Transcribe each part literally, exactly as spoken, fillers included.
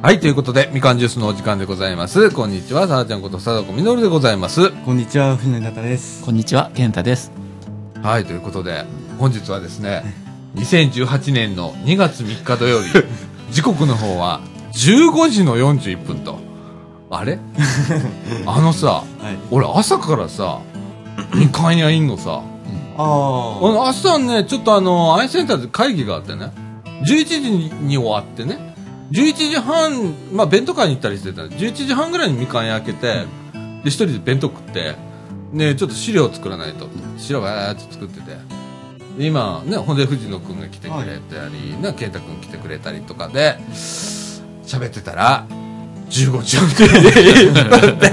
はい、ということでみかんジュースのお時間でございます。こんにちは、さあちゃんこと貞子みのるでございます。 こんにちは、藤野方です。 こんにちは、健太です。 はい、ということで本日はですねにせんじゅうはちねんのにがつみっか土曜日時刻の方はじゅうごじのよんじゅういっぷんと、あれあのさ、はい、俺朝からさみかん屋いんのさ、 ああ朝ねちょっとあのアイセンターで会議があってね、じゅういちじに終わってね、じゅういちじはん、まあ弁当会に行ったりしてた。じゅういちじはんぐらいにみかん屋開けて、で一人で弁当食ってね、ちょっと資料作らないと、資料バーって作ってて、で今ね、ほんで藤野くんが来てくれたり、ね、健太くん来てくれたりとかで喋ってたらじゅうごじよんじゅういっぷんで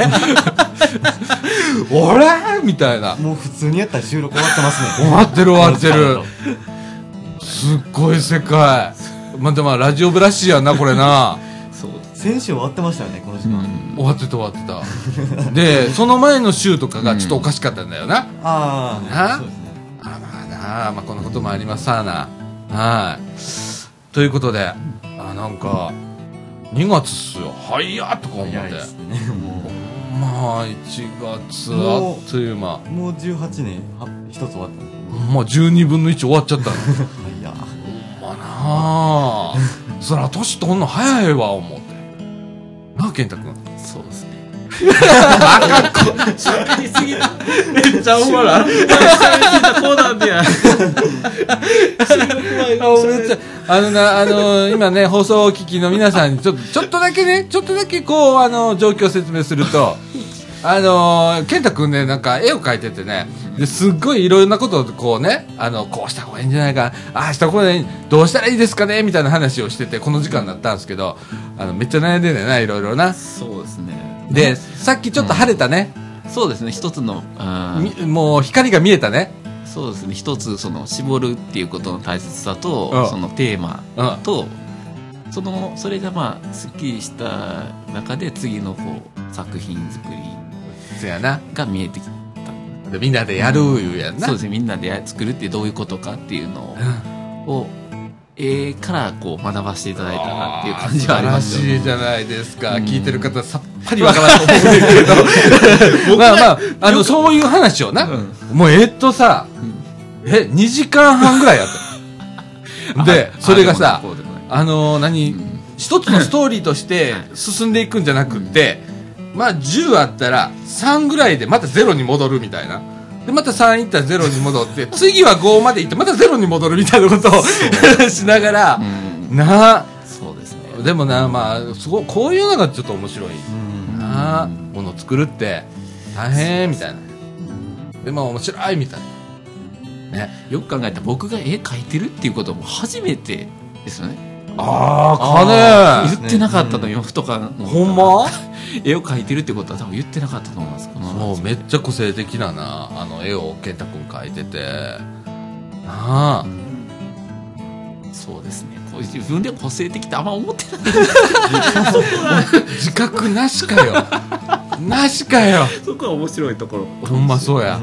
俺みたいな、 もう普通にやったら収録終わってますね。 終わってる終わってるすっごい世界。まあ、でもラジオブラシやなこれな。 そう先週終わってましたよねこの時間、 うん、終わってた終わってたでその前の週とかがちょっとおかしかったんだよな、うん、 ああそうですね。 あまあな、まあ、こんなこともありますさあな。はいということで、あなんかにがつっすよ、早っとか思って、 早いですねもうまあいちがつあっという間、 もうじゅうはちねん一つ終わったんです、 まあじゅうにぶんのいち終わっちゃったのいやまあなあそら年取んの早いわ思ってなあ健太君。 そうですね。 あかんこ喋りすぎた。めっちゃおもろい。喋りすぎたこうなんでや。あのなあの今ね放送を聞きの皆さんにちょっとちょっとだけねちょっとだけこうあの状況を説明すると。あのー、健太くんねなんか絵を描いててね、ですっごいいろんなことをこうね、あのこうした方がいいんじゃないか、ああした方がいい、どうしたらいいですかねみたいな話をしててこの時間になったんですけど、あのめっちゃ悩んでんねんな、いろいろな。 そうですね。 でさっきちょっと晴れたね、 うん、そうですね、一つのもう光が見えたね。 そうですね、一つその絞るっていうことの大切さと、 うん、 そのテーマと、うん、そのそれがまあすっきりした中で次のこう作品作りやなが見えてきた。 でみんなでやるいうやんな、 そうですね、みんなで作るってどういうことかっていうのを、うん、絵からこう学ばせていただいたなっていう感じはありますよ。 素晴らしいじゃないですか、うん、聞いてる方さっぱりわからんと思うんですけどまあまああのそういう話をな、うん、もうえっとさ、うん、えにじかんはんぐらいやったでそれがさあ、あのー、何、うん、一つのストーリーとして進んでいくんじゃなくって、うんまあじゅうあったらさんぐらいでまたゼロに戻るみたいな。でまたさんいったらゼロに戻って次はごまでいってまたゼロに戻るみたいなことをしながら、うん、なあそうですね。 でもなまあすごこういうのがちょっと面白い、うん、なあものを作るって大変みたいな、でも面白いみたいなね。 よく考えたら僕が絵描いてるっていうことも初めてですよね。 ああかね言ってなかったのよ、ふとかほんま絵を描いてるってことは多分言ってなかったと思います。 そうめっちゃ個性的ななあの絵を健太くん描いててなあ、うん、 そうですね、こう自分で個性的ってあんま思ってない自覚なしかよなしかよそこは面白いところ。 ほんまそうや、 うん、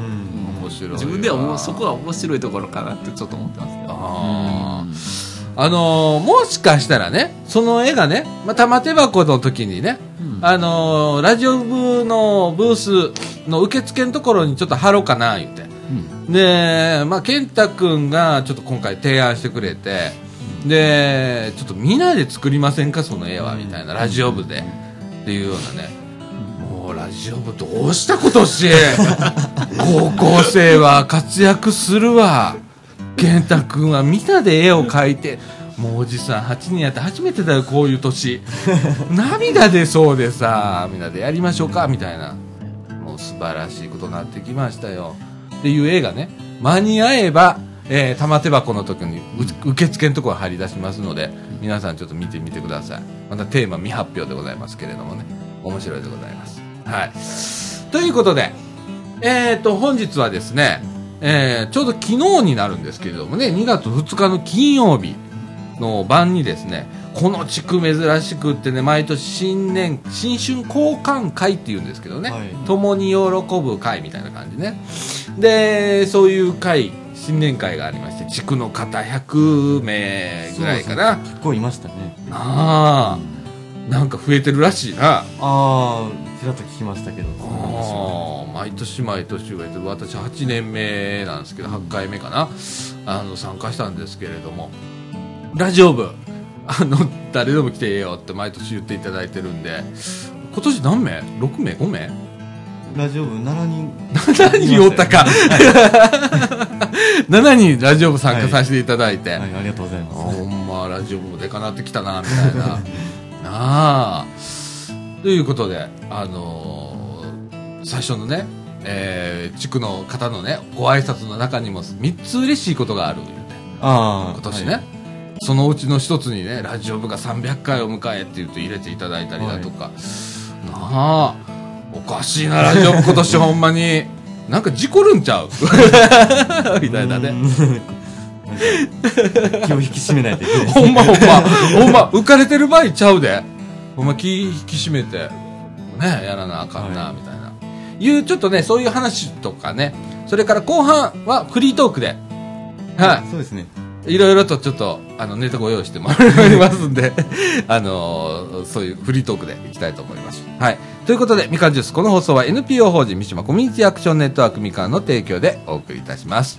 面白い。自分ではもうそこは面白いところかなってちょっと思ってますけど、 あ、うんあのー、もしかしたらねその絵がね、まあ、玉手箱の時にね、うんあのー、ラジオ部のブースの受付のところにちょっと貼ろうかな言って、うん、で、まあ、健太くんがちょっと今回提案してくれて、うん、でちょっとみんなで作りませんかその絵はみたいな、ラジオ部で、うん、っていうようなね、もうラジオ部どうしたことし高校生は活躍するわ。健太くんはみんなで絵を描いて、もうおじさんはちにんやって初めてだよこういう年涙出そうでさ、みんなでやりましょうかみたいな、もう素晴らしいことになってきましたよっていう映画ね、間に合えば、えー、玉手箱の時に受付のところ貼り出しますので、皆さんちょっと見てみてください。またテーマ未発表でございますけれどもね、面白いでございます。はいということで、えーと本日はですね、えー、ちょうど昨日になるんですけれどもね、にがつふつかの金曜日の晩にですね、この地区珍しくってね、毎年新年新春交換会っていうんですけどね、はい、共に喜ぶ会みたいな感じね。でそういう会、新年会がありまして、地区の方ひゃくめいぐらいかな。 結構いましたね。 ああ、 なんか増えてるらしいな。 ああ、ちらっと聞きましたけど。 ああ、毎年毎年増えてる。私はちねんめなんですけど、はちかいめかな。あの、参加したんですけれども。ラジオ部、あの、誰でも来てええよって毎年言っていただいてるんで、今年何名 ?ろく 名 ?ご 名ラジオ部しちにん。 しちにんおったか。はい、しちにんラジオ部参加させていただいて。はい、 はい、ありがとうございます。 ほんま、ラジオ部もでかなってきたな、みたいな。なあ。ということで、あのー、最初のね、えー、地区の方のね、ご挨拶の中にもみっつ嬉しいことがある。 ああ。 今年ね。 はい、 そのうちの一つにね、ラジオ部がさんびゃっかいを迎えって言うと入れていただいたりだとか。はい、なあ。おかしいな、ラジオ部今年ほんまに。なんか事故るんちゃうみたいなね。 気を引き締めないといけない。 ほんまほんま。ほんま、浮かれてる場合ちゃうで。ほんま気引き締めて、ね、やらなあかんな、はい、みたいな。いう、ちょっとね、そういう話とかね。それから後半はフリートークで。はい。 そうですね。 いろいろとちょっと、あの、ネタご用意してもらいますんで、あのー、そういうフリートークでいきたいと思います。はい。ということで、みかんジュース、この放送は エヌピーオー 法人三島コミュニティアクションネットワークみかんの提供でお送りいたします。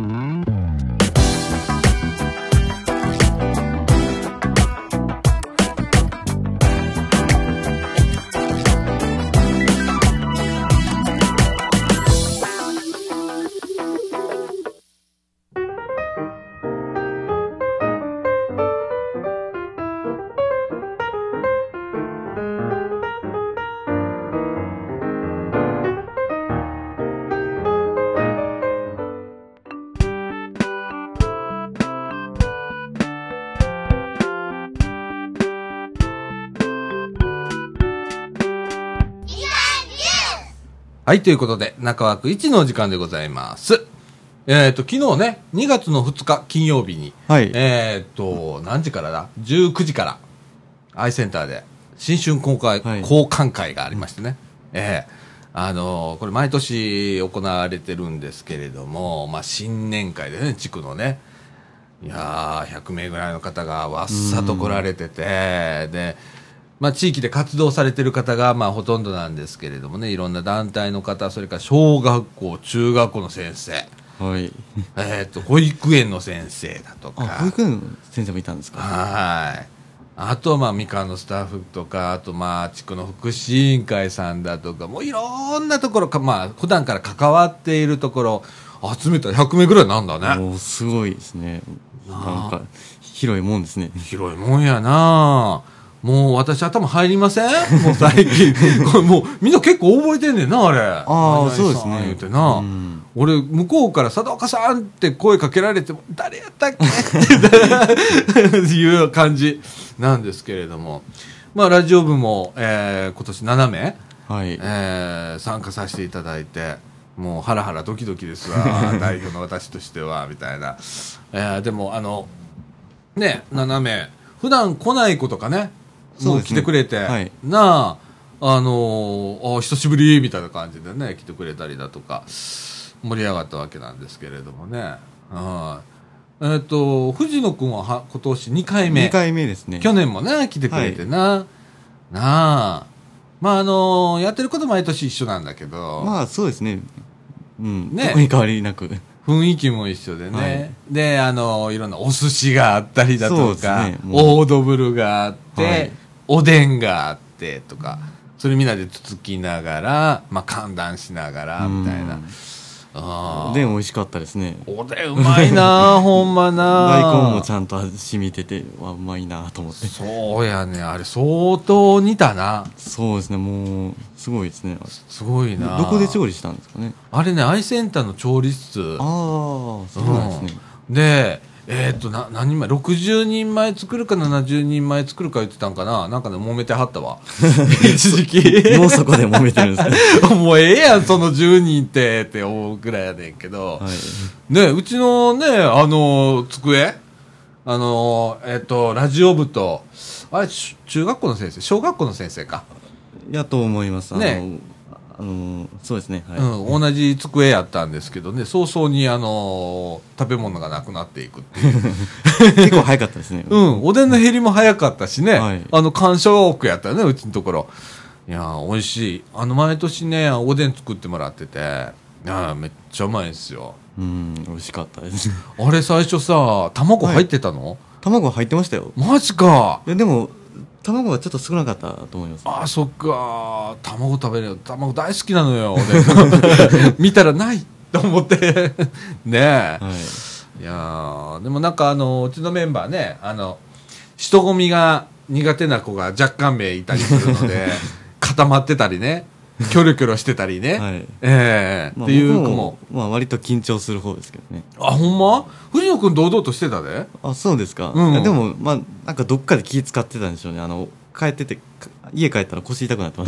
はい、ということで、中枠いちのお時間でございます。えっ、ー、と、昨日ね、にがつのふつか金曜日に、はい、えっ、ー、と、何時からだ ?じゅうくじから、アイセンターで、新春公開、はい、交換会がありましてね。ええー、あのー、これ毎年行われてるんですけれども、まあ、新年会でね、地区のね、いやー、ひゃくめいぐらいの方がわっさと来られてて、で、まあ、地域で活動されてる方が、まあ、ほとんどなんですけれどもね、いろんな団体の方、それから小学校、中学校の先生、 はい、 えっと、保育園の先生だとか。 あ、保育園の先生もいたんですか？ はい。あと、まあ、みかんのスタッフとか、あと、まあ、地区の福祉委員会さんだとか、もういろんなところか、まあ、普段から関わっているところ、集めたらひゃくめいぐらいなんだね。 おー、すごいですね。なんか、広いもんですね。 広いもんやなぁ。もう私頭入りませんもう最近。これもうみんな結構覚えてんねんな、あれ。 ああ、そうですね。 言うてな。うん、俺、向こうから佐岡さんって声かけられても、誰やったっけっていう感じなんですけれども。まあ、ラジオ部も、えー、今年ななめい、はい、えー、参加させていただいて、もうハラハラドキドキですわ。代表の私としては、みたいな。えー、でも、あの、ね、ななめい、普段来ない子とかね、もう来てくれて、はい、なあ、あのー、あ、久しぶりみたいな感じでね、来てくれたりだとか、盛り上がったわけなんですけれどもね。はい。えっ、ー、と、藤野くんはは今年にかいめ。 にかいめですね。 去年もね、来てくれてな。はい、なあ。まあ、あのー、やってること毎年一緒なんだけど。 まあ、そうですね。うん。ね。特に変わりなく。 雰囲気も一緒でね、はい、で、あのいろんなお寿司があったりだとか、ね、オードブルがあって、はい、おでんがあってとか、それみんなでつつきながら、まあ、歓談しながらみたいな。 あ、おでん美味しかったですね。 おでんうまいなほんまな大根もちゃんと染みててうまいなと思って。 そうやね、あれ相当煮たな。 そうですね、もうすごいですね。 すごいな。 どこで調理したんですかね。 あれね、アイセンターの調理室。 ああ、そうなんですね。 うん、でえー、っとな何人前ろくじゅうにんまえ作るかななじゅうにんまえ作るか言ってたんかな、なんかね揉めてはったわ一時期もうそこで揉めてるんですねもうええやんそのじゅうにんってって思うぐらいやねんけど、はい、ね、うちのねあの机あのえー、っとラジオ部とあれ中学校の先生小学校の先生かやと思います。あの、ね、 あのー、そうですね、はい、 うん、同じ机やったんですけどね、早々に、あのー食べ物がなくなっていくっていう。 結構早かったですね。 うん、おでんの減りも早かったしね、 はい、 あの、完食やったよね、うちのところ。いやー、美味しい。あの、毎年ね、おでん作ってもらってて、いやー、めっちゃうまいですよ。 うん、美味しかったです。 あれ、最初さ、卵入ってたの、はい、 卵入ってましたよ。 マジか。 いや、でも、卵はちょっと少なかったと思います。 ああ、そっか。卵食べるよ。卵大好きなのよ。見たらないと思って。ねえ。はい、いやー、でもなんかあの、うちのメンバーね、あの、人混みが苦手な子が若干名いたりするので、固まってたりね、キョロキョロしてたりね。はい、ええーまあ、っていう子も。 まあ割と緊張する方ですけどね。 あ、ほんま藤野くん堂々としてたで。 あ、そうですか。うん、でも、まあ、なんかどっかで気使ってたんでしょうね。あの、帰ってて、家帰ったら腰痛くなってました。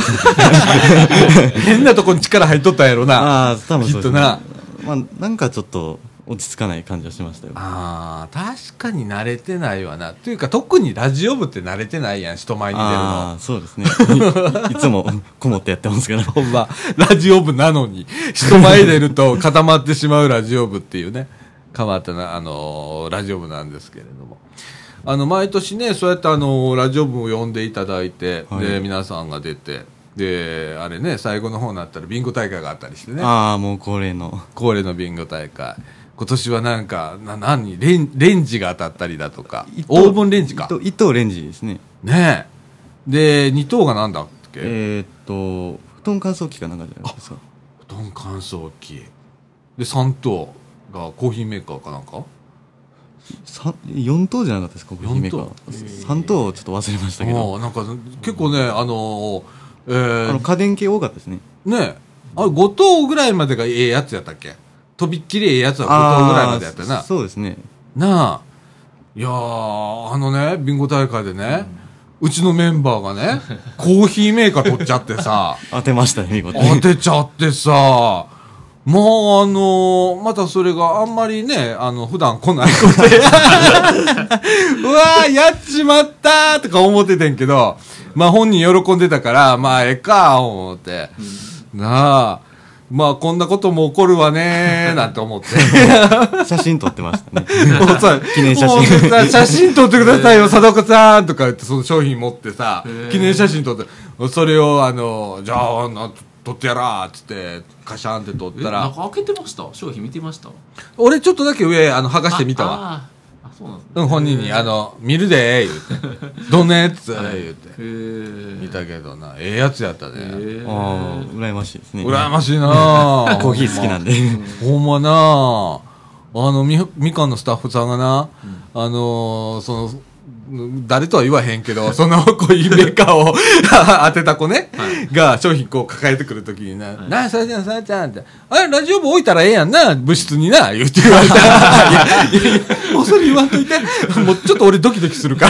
変なとこに力入っとったんやろな。 ああ、多分そうですね。 きっとな。 まあ、なんかちょっと、落ち着かない感じはしましたよ。 ああ、確かに慣れてないわな。というか、特にラジオ部って慣れてないやん、人前に出るの。 ああ、そうですね。い, いつもこもってやってますから。 ほんま、ラジオ部なのに、人前出ると固まってしまうラジオ部っていうね、変わったな、あのー、ラジオ部なんですけれども。あの、毎年ね、そうやってあのー、ラジオ部を呼んでいただいて、はい、で、皆さんが出て、で、あれね、最後の方になったらビンゴ大会があったりしてね。 ああ、もう恒例の。 恒例のビンゴ大会。今年はなんか、な、何レン、レンジが当たったりだとか。オーブンレンジか。 一等レンジですね。 ねえ。で、二等がなんだっけえー、っと、布団乾燥機かなんかじゃないですか。 布団乾燥機。で、三等がコーヒーメーカーかなんかよん等じゃなかったですか、コーヒーメーカー。さん等をちょっと忘れましたけど。 なんか結構ね、あのー、えー、 あの家電系多かったですね。 ねえ。あれ、ご等ぐらいまでがええやつやったっけとびっきりええやつはご等ぐらいまでやったな。 そうですね。 なあ。いやー、あのね、ビンゴ大会でね、うん、うちのメンバーがね、コーヒーメーカー取っちゃってさ。 当てましたね、見事に。当てちゃってさ。もうあのー、またそれがあんまりね、あの、普段来ない子で、うわー、やっちまったーとか思っててんけど、まあ本人喜んでたから、まあええか、思って。うん、なあ。まあこんなことも起こるわねーなんて思って写真撮ってましたね記念写真写真撮ってくださいよ貞子さんとか言ってその商品持ってさ記念写真撮ってそれをあのじゃあな撮ってやらーっつってカシャンって撮ったらなんか開けてました商品見てました俺ちょっとだけ上あの剥がしてみたわそうなんですね、 うん、本人に、あの、見るでー、言うて。どんなやつ言うて。見たけどな、ええやつやったね。 ああ、羨ましいですね。 羨ましいなコーヒー好きなんで。 ほんまなあの、み、みかんのスタッフさんがな、うん、あのー、その、誰とは言わへんけど、そのコーヒーメーカーを当てた子ね、はい、が商品こう抱えてくるときにな、はい、なあ、さやちゃん、さやちゃんって、あれ、ラジオ部置いたらええやんな、部室にな、言って言われたら、いやいやいや、もうそれ言わんといて、もうちょっと俺ドキドキするから、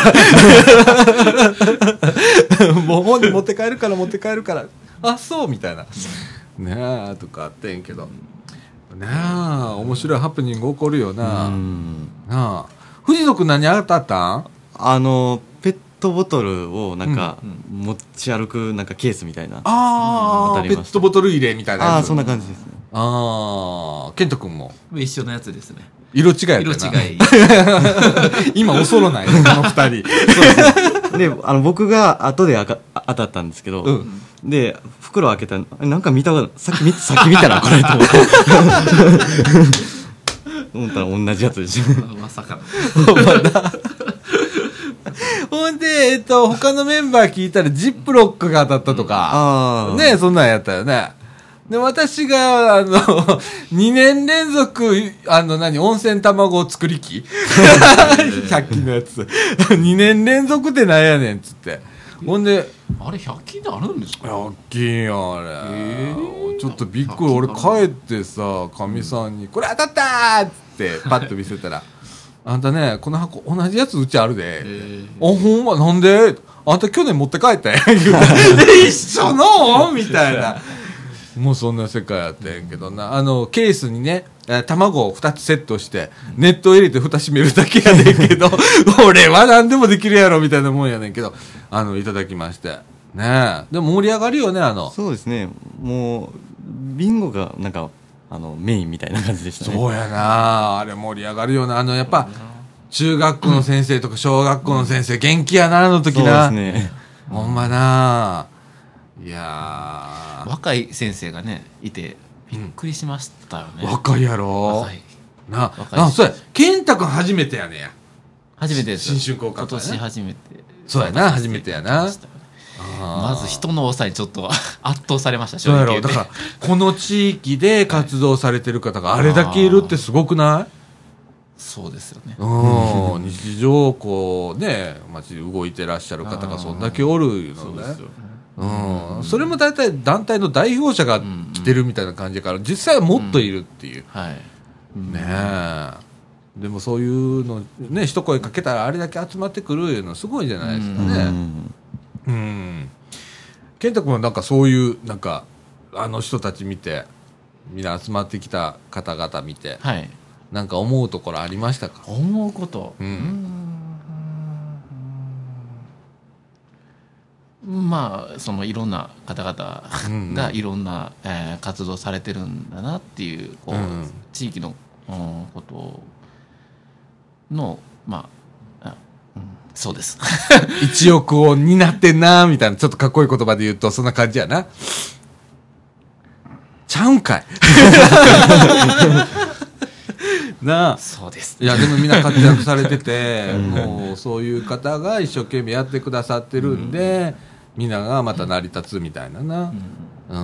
もう本に持って帰るから持って帰るから、あ、そうみたいな、ねあとかあってんけど、ねあ、面白いハプニング起こるよな、なあ、藤野くん何当たったん？ あのペットボトルをなんか、うん、持ち歩くなんかケースみたいなああペットボトル入れみたいなやつああそんな感じですねああケント君も一緒のやつですね色違いやったな色違い今おそろないこの二人そうですであの僕が後であか当たったんですけど、うん、で袋開けたらなんか見たさっき見さっき見たなこれと思って思ったら同じやつでしょまさかほんで、えっと、他のメンバー聞いたらジップロックが当たったとか、ね、そんなんやったよね。で、私が、あの、にねん連続、あの、何、温泉卵作り機 ?ひゃく 均のやつ。にねん連続ってなんやねん、つって。ほんで、 あれひゃく均であるんですか ?ひゃく均や、あれ。えー、ちょっとびっくり。俺帰ってさ、かみさんに、これ当たったーっつって、パッと見せたら、あんたね、この箱同じやつうちあるで。あ、ほんま、なんであんた去年持って帰ったやん。一緒のみたいな。もうそんな世界やってんけどな。あの、ケースにね、卵をふたつセットして、熱湯入れて蓋閉めるだけやねんけど、俺は何でもできるやろみたいなもんやねんけど、あの、いただきまして。 ねえ。でも盛り上がるよね、あの。 そうですね。もう、ビンゴがなんか、あの、メインみたいな感じでしたね。 そうやなあれ盛り上がるよな。あの、やっぱ、中学校の先生とか小学校の先生、元気やな、あの時な。 そうですね。 ほんまなあいやー若い先生がねいてびっくりしましたよね、 若いやろ若いな若いあ、そうや。健太くん初めてやねや。 初めてです新春高校今年初めてそうやな初めてやなまず人の多さにちょっと圧倒されましたそうやろ。 正直言うてだから、この地域で活動されてる方があれだけいるってすごくないそうですよねうん。日常、こう、ね、街で動いてらっしゃる方がそんだけおるいうのね。うん。それも大体団体の代表者が来てるみたいな感じだから、実際はもっといるっていう。 はいねえ。でもそういうの、ね、一声かけたらあれだけ集まってくるいうのすごいじゃないですかうね。 ん。 うん。健太君はなんかそういう、なんか、あの人たち見て、みんな集まってきた方々見て、 はいなんか思うところありましたか？ 思うことうんうんまあそのいろんな方々 うんうんがいろんな、えー活動されてるんだなっていうこう、 うん地域の、うんことのまあ、あうん、そうです一億を担ってんなみたいな、ちょっとかっこいい言葉で言うとそんな感じやな。ちゃうんかいなあ。 そうですいやでもみんな活躍されてて、もうそういう方が一生懸命やってくださってるんで、みんながまた成り立つみたいなな。うん。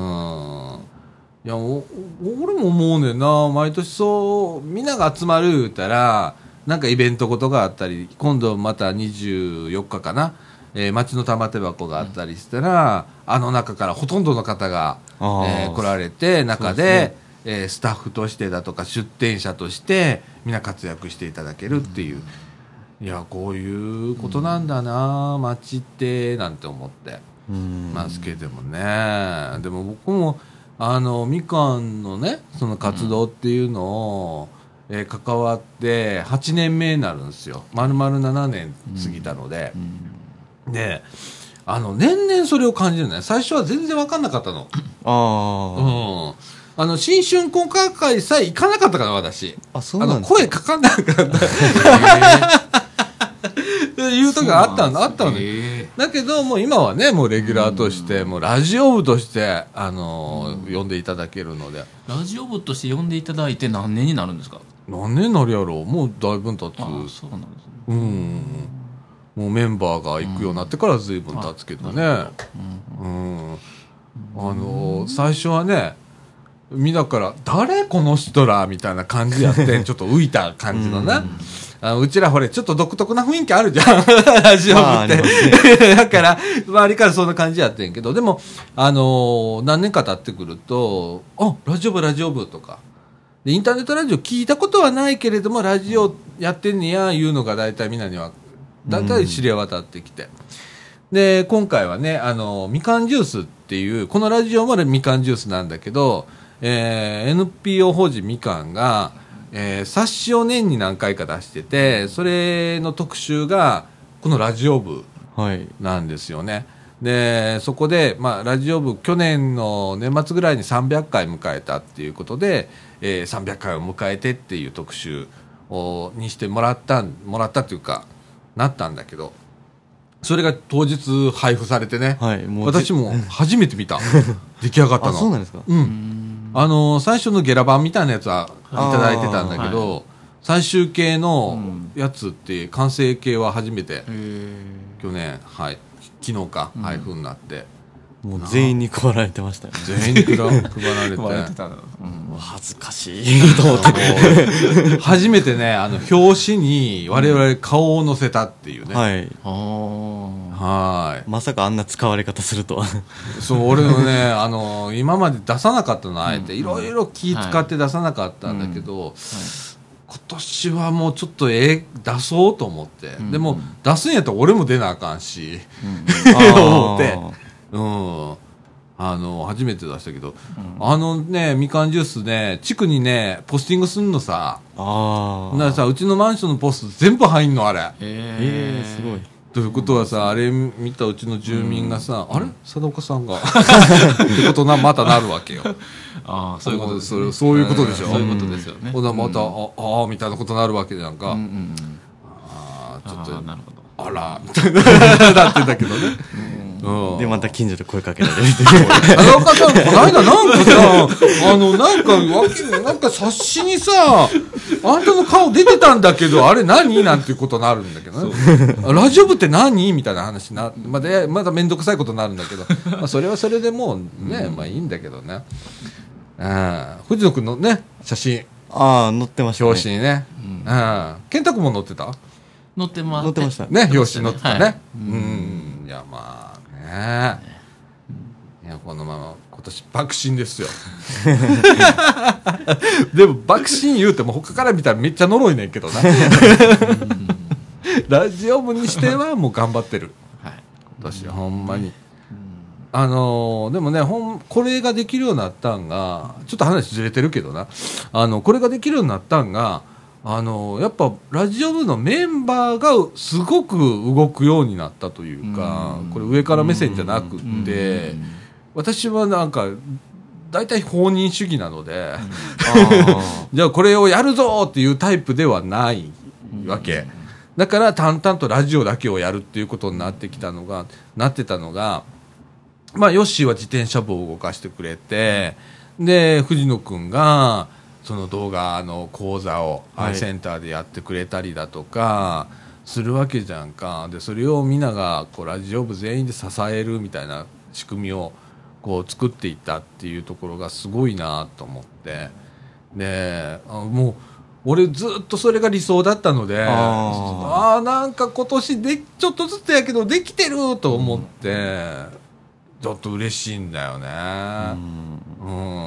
いやお俺も思うねんな。毎年そうみんなが集まる言うたら、なんかイベントごとがあったり、今度またにじゅうよっかかな、えー、町の玉手箱があったりしたら、うん、あの中からほとんどの方が、えー、来られて、中で、えー、スタッフとしてだとか出店者としてみんな活躍していただけるっていう、うん、いやこういうことなんだな、うん、町ってなんて思ってますけどもね。でも僕もあのみかんのねその活動っていうのを、うんえー、関わってはちねんめになるんですよ。丸々ななねん過ぎたので、うん、であの年々それを感じるね。最初は全然分かんなかったの。あ、うんあの新春公開会さえ行かなかったから私。 あ、そうなんですか。 あの声かかんなかったいう時があったのあったのね。だけどもう今はねもうレギュラーとしてもうラジオ部としてあの呼んでいただけるので。 ラジオ部として呼んでいただいて何年になるんですか？ 何年になるやろう。もうだいぶ経つ。 ああそうなんですね。 うんもうメンバーが行くようになってから随分経つけどね。うん、うん、あの最初はねみんなから誰この人らみたいな感じやってちょっと浮いた感じのな、うん、あうちらほれちょっと独特な雰囲気あるじゃんラジオ部って、ね、だから周りからそんな感じやってんけど、でもあのー、何年か経ってくるとあラジオ部ラジオ部とかでインターネットラジオ聞いたことはないけれどもラジオやってんねやいうのが大体みんなには大体知り渡ってきて、うん、で今回はねあのみかんジュースっていうこのラジオもみかんジュースなんだけど、えー、エヌピーオー 法人みかんが、えー、冊子を年に何回か出しててそれの特集がこのラジオ部なんですよね、はい、でそこで、まあ、ラジオ部去年の年末ぐらいにさんびゃっかい迎えたっていうことで、えー、さんびゃっかいを迎えてっていう特集をにしてもらったもらったっていうかなったんだけどそれが当日配布されてね、はい、もう私も初めて見た出来上がったの。 あそうなんですか。 うんあの最初のゲラ版みたいなやつはいただいてたんだけど、はい、最終形のやつって完成形は初めて去年、はい、昨日か配布になって、 うん、もう全員に配られてましたよね。 全員に配られて配られてた、うん、 恥ずかしいと思って初めてねあの表紙に我々顔を載せたっていうね、 はいはいまさかあんな使われ方するとはそう俺のねあの今まで出さなかったのあえていろいろ気使って出さなかったんだけど、はいはい、今年はもうちょっと絵出そうと思って、うん、でも出すんやったら俺も出なあかんし、うん、思ってうんあの初めて出したけど、うん、あのねみかんジュースね地区にねポスティングすんのさあだからさうちのマンションのポスト全部入んのあれえー、すごいということはさ、あれ見たうちの住民がさ、あれ佐岡さんがってことなまたなるわけよ。 ああ、そういうことですね。 そういうことでしょ。 そういうことですよね。 ほなまた、ああみたいなことになるわけじゃんか。 うんうんうん、 ああちょっとなるほど。 あらみたいななってんだけどね。 うん、でまた近所で声かけられる佐岡さんこの間なんかさあのなんかわけなんか冊子にさあんたの顔出てたんだけどあれ何なんていうことになるんだけどね。ラジオ部って何みたいな話なまだまだ面倒くさいことになるんだけど、まあ、それはそれでもうね、まあいいんだけどね。あ藤野くんのね写真ああ載ってましたね表紙にね、うん、健太君も載ってた載ってま載ってましたね表紙載ってたね、はい、うんいやまあねいやこのまま今年爆心ですよでも爆心言うても他から見たらめっちゃ呪いねんけどなラジオ部にしてはもう頑張ってる、はい、今年ほんまにあのー、でもねほんこれができるようになったんがちょっと話ずれてるけどなあのこれができるようになったんがあのやっぱラジオ部のメンバーがすごく動くようになったというかこれ上から目線じゃなくって私はなんか大体放任主義なのでじゃあこれをやるぞっていうタイプではないわけだから淡々とラジオだけをやるっていうことになってきたのがなってたのがまあヨッシーは自転車部を動かしてくれてで藤野くんがその動画の講座をアイセンターでやってくれたりだとかするわけじゃんかでそれをみんながこうラジオ部全員で支えるみたいな仕組みをこう作っていったっていうところがすごいなと思ってであもう俺ずっとそれが理想だったのでああなんか今年でちょっとずつやけどできてると思ってちょっと嬉しいんだよねうん、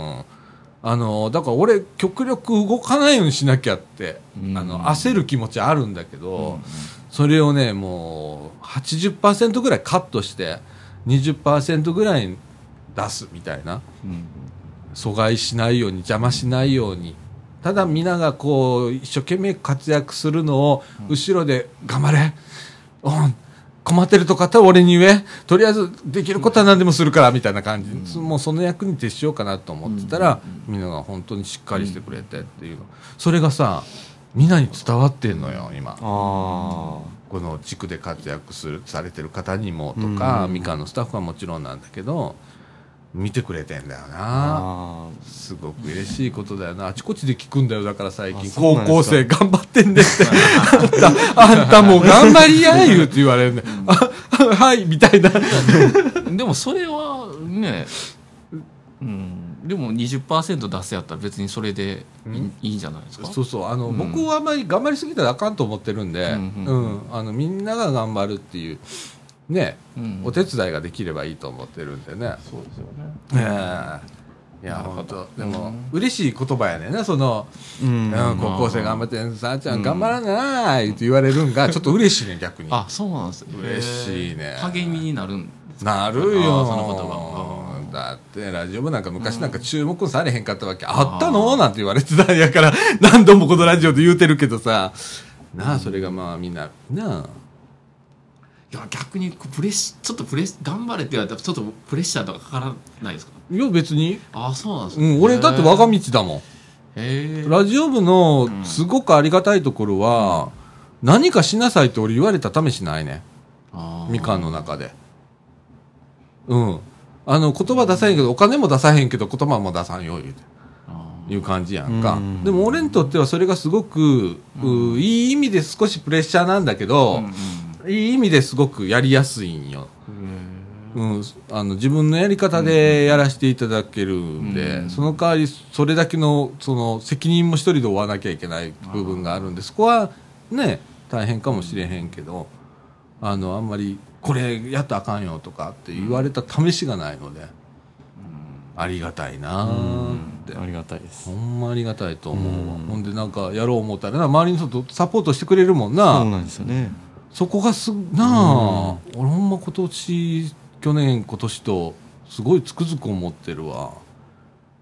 うんあのだから俺極力動かないようにしなきゃって、うん、あの焦る気持ちあるんだけど、うん、それをねもう はちじゅっパーセント ぐらいカットして にじゅっパーセント ぐらい出すみたいな、うん、阻害しないように邪魔しないようにただ皆がこう一生懸命活躍するのを後ろで頑張れ、うん、困ってるとかって俺に言えとりあえずできることは何でもするからみたいな感じ、うん、もうその役に徹しようかなと思ってたら、うん、みんなが本当にしっかりしてくれてっていうのそれがさみんなに伝わってんのよ今あこの地区で活躍するされてる方にもとか、うん、みかんのスタッフはもちろんなんだけど見てくれてんだよなすごく嬉しいことだよなあちこちで聞くんだよだから最近高校生頑張ってんでってあんたあんたもう頑張りや言うって言われるねあはいみたいなでもそれはね、うん、でも にじゅっパーセント 出せやったら別にそれでい い,、うん、いいんじゃないですかそうそうあの、うん、僕はあんまり頑張りすぎたらあかんと思ってるんで、うんうんうん、あのみんなが頑張るっていうね、うん、お手伝いができればいいと思ってるんでねそうですよね、 えー、いや本当でも、うん、嬉しい言葉やねんなその、うんうん、高校生頑張ってんさあちゃん頑張らないって言われるんがちょっと嬉しいね逆にあそうなんです嬉しいね励みになるんなるよその言葉だってラジオ部なんか昔なんか注目されへんかったわけ、うん、あったのなんて言われてたんやから何度もこのラジオで言うてるけどさなあそれがまあみんななあいや逆にプレッシちょっとプレッ頑張れって言われたらちょっとプレッシャーとかかからないですかいや別にあそうなんですか、 うん、俺だって我が道だもんへラジオ部のすごくありがたいところは、うん、何かしなさいって俺言われた試しないねみかんの中でうんあの言葉出さへんけどお金も出さへんけど言葉も出さんよ言うていう感じやんかでも俺にとってはそれがすごく、うん、いい意味で少しプレッシャーなんだけど、うんうんいい意味ですごくやりやすいんよ、うん、あの自分のやり方でやらせていただけるんで、うん、その代わりそれだけ の, その責任も一人で負わなきゃいけない部分があるんでそこはね大変かもしれへんけどあのあんまりこれやったらあかんよとかって言われた試しがないので、うん、ありがたいなって、 うん、ありがたいですほんまありがたいと思うわ、うん、ほんでなんかやろう思ったらな周りの人とサポートしてくれるもんなそうなんですよねそこがすなあ、うん、俺ほんま今年去年今年とすごいつくづく思ってるわ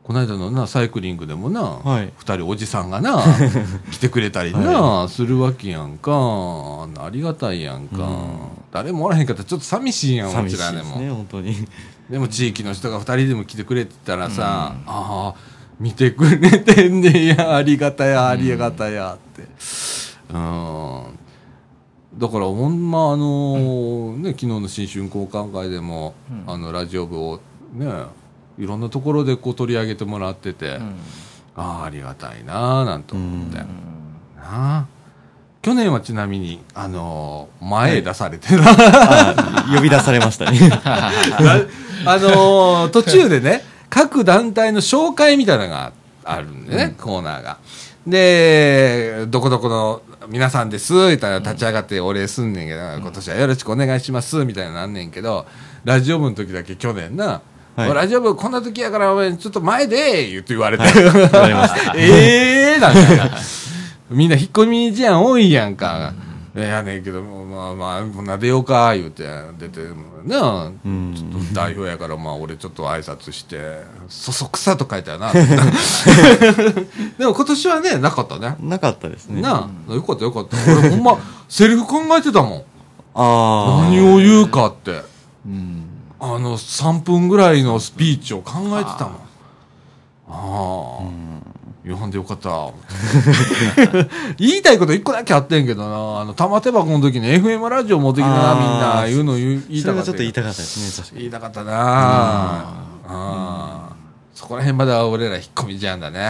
この間のなサイクリングでもな、 はい、 ふたりおじさんがな来てくれたりな、はい、するわけやんか。ありがたいやんか、うん、誰もおらへんかったらちょっと寂しいやん。 寂しいですね本当に。 でも地域の人がふたりでも来てくれてたらさ、うん、ああ見てくれてんねや、ありがたやありがたやって、うん、だからほんまあのー、ね、昨日の新春交換会でも、うん、あのラジオ部をねいろんなところでこう取り上げてもらってて、うん、ああありがたいなーなんて思って、うん、なあ去年はちなみにあのー、前へ出されてる、 はい、呼び出されましたねあのー、途中でね各団体の紹介みたいなのがあるんでね、うん、コーナーがでどこどこの皆さんですみたいな立ち上がってお礼すんねんけど、うん、今年はよろしくお願いしますみたいななんねんけど、ラジオ部の時だけ去年な、はい、ラジオ部こんな時やからちょっと前で言って言われて、はい、言われましたええーなんだみんな引っ込み思案多いやんか、うん、いやねんけどまあまあなでようか言うて出てな、うん、ちょっと代表やからまあ俺ちょっと挨拶してそそくさと書いてあるなでも今年はねなかったね。 なかったですね。 なあよかったよかった。俺ほんまセリフ考えてたもん。 あ何を言うかって、うん、あのさんぷんぐらいのスピーチを考えてたもん。ああ、うん言わんでよかった言いたいこと一個だけあってんけどな、あの玉手箱の時に エフエム ラジオ持ってきたなみんな言うの言いたかった。 それはちょっと言いたかったですね。確かに言いたかったなあ、あそこら辺までは俺ら引っ込みじゃんだね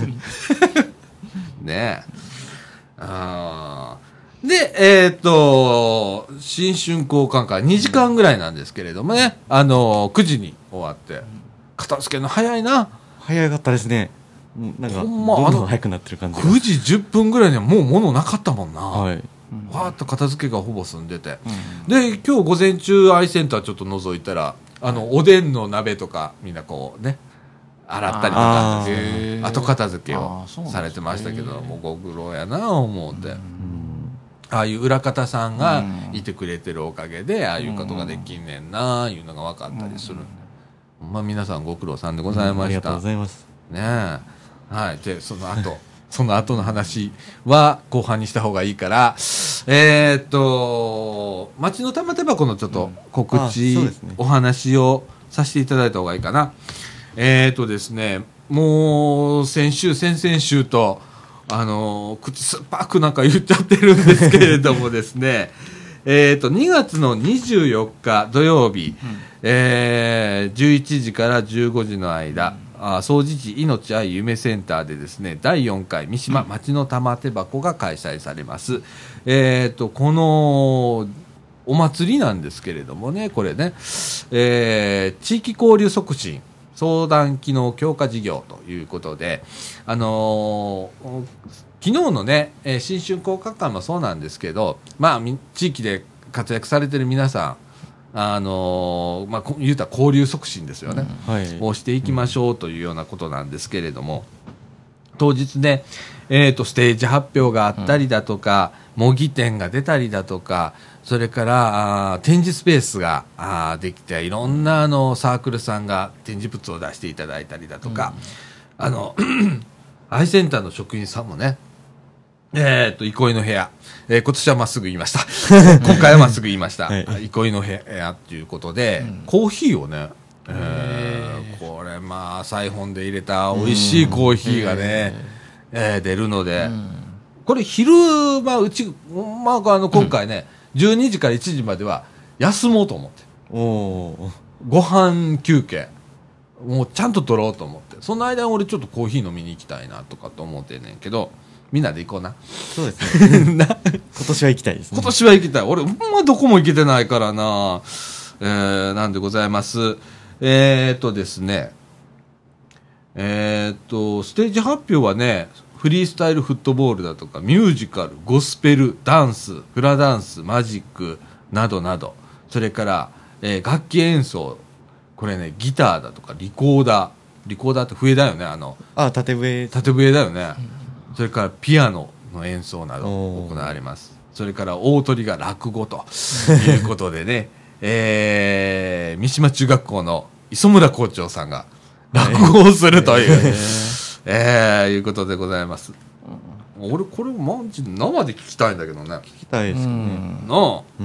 ねえあでえー、っと新春交換会にじかんぐらいなんですけれどもね、あのくじに終わって片付けの早いな。 早かったですね。なんかどんどん早くなってる感じ。 くじじゅっぷんぐらいにはもう物なかったもんな。はい。わーっと片付けがほぼ済んでて、うん、で今日午前中アイセンターちょっと覗いたらあのおでんの鍋とかみんなこうね洗ったりとか後片付けをされてましたけど、もうご苦労やな思うて、うん、ああいう裏方さんがいてくれてるおかげでああいうことができんねんなあいうのが分かったりするんで、うん、まあ皆さんご苦労さんでございました、うん、ありがとうございますねえ。はい、でその後その後の話は後半にした方がいいから、えー、っと町の玉手箱のちょっと告知、うんね、お話をさせていただいた方がいいかな。えー、っとですねもう先週先々週とあの口酸っぱくなんか言っちゃってるんですけれどもですねえっとにがつのにじゅうよっか土曜日、うんえー、じゅういちじからじゅうごじの間、うんあ総持寺いのち愛夢センターでですねだいよんかい三島町の玉手箱が開催されます、うんえー、とこのお祭りなんですけれどもねこれね、えー、地域交流促進相談機能強化事業ということであのー、昨日のね、えー、新春交換会もそうなんですけどまあ地域で活躍されてる皆さんあのーまあ、言うたら交流促進ですよね、うんはい、をしていきましょうというようなことなんですけれども、うん、当日ね、えーと、ステージ発表があったりだとか、うん、模擬店が出たりだとかそれからあ展示スペースがあできていろんなあのサークルさんが展示物を出していただいたりだとか、うん、あのアイセンターの職員さんもねえー、っと憩いの部屋、えー、今年はまっすぐ言いました今回はまっすぐ言いました、はい、憩いの部屋ということで、うん、コーヒーをね、えー、これまあサイフォンで入れた美味しいコーヒーがね、うんえー、出るので、うん、これ昼間うち、まあ、あの今回ね、うん、じゅうにじからいちじまでは休もうと思っておご飯休憩もうちゃんと取ろうと思ってその間に俺ちょっとコーヒー飲みに行きたいなとかと思ってんねんけどみんなで行こうな。 そうですね。今年は行きたいですね。 今年は行きたい。俺、ほんまどこも行けてないからな。えー、なんでございます。えーっとですね。えーっと、ステージ発表はね、フリースタイルフットボールだとか、ミュージカル、ゴスペル、ダンス、フラダンス、マジック、などなど、それから、えー、楽器演奏、これね、ギターだとか、リコーダー、リコーダーって笛だよね、あの。 あ、縦笛。 縦笛だよね。うんそれからピアノの演奏など行われます。それから大鳥が落語ということでね、えー、三島中学校の磯村校長さんが、 落語をするという、えー、いうことでございます。俺これマジで生で聞きたいんだけどね。 聞きたいですよね。 なあ、 うん、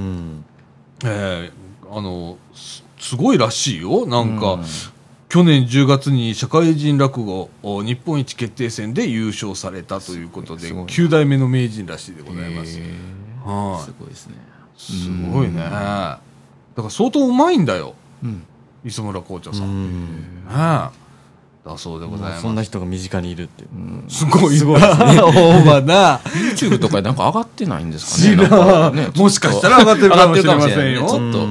えー、あの す, すごいらしいよ。なんか、うん、去年じゅうがつに社会人落語日本一決定戦で優勝されたということで、きゅう代目の名人らしいでございます。 はあ、すごいですね。 すごいね。だから相当うまいんだよ、うん、磯村校長さん。うん、ねえ、だそうでございます。 そんな人が身近にいるって、うん、 すごいすごいですね。ほんまな。 YouTube とかでなんか上がってないんですかね。 知らん、ね、もしかしたら上がってるかもしれませんよ。 ちょっと、うん、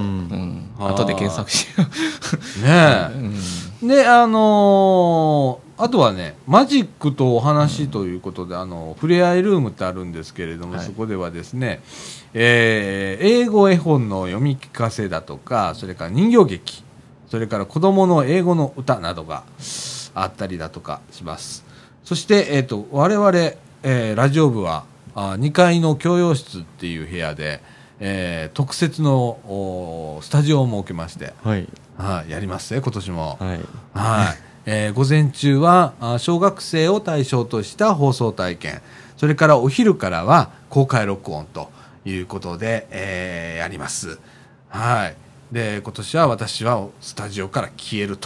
後で検索しよう。ねえ、うん、で、あのー、あとはね、マジックとお話ということで、うん、あのふれあいルームってあるんですけれども、はい、そこではですね、えー、英語絵本の読み聞かせだとか、それから人形劇、それから子供の英語の歌などがあったりだとかします。そして、えーと、我々、えー、ラジオ部はあにかいの教養室っていう部屋で、えー、特設のスタジオを設けまして、はい、はやりますね、今年も。はい、はい、えー、午前中はあ小学生を対象とした放送体験、それからお昼からは公開録音ということで、えー、やります。はい。で、今年は私はスタジオから消えると。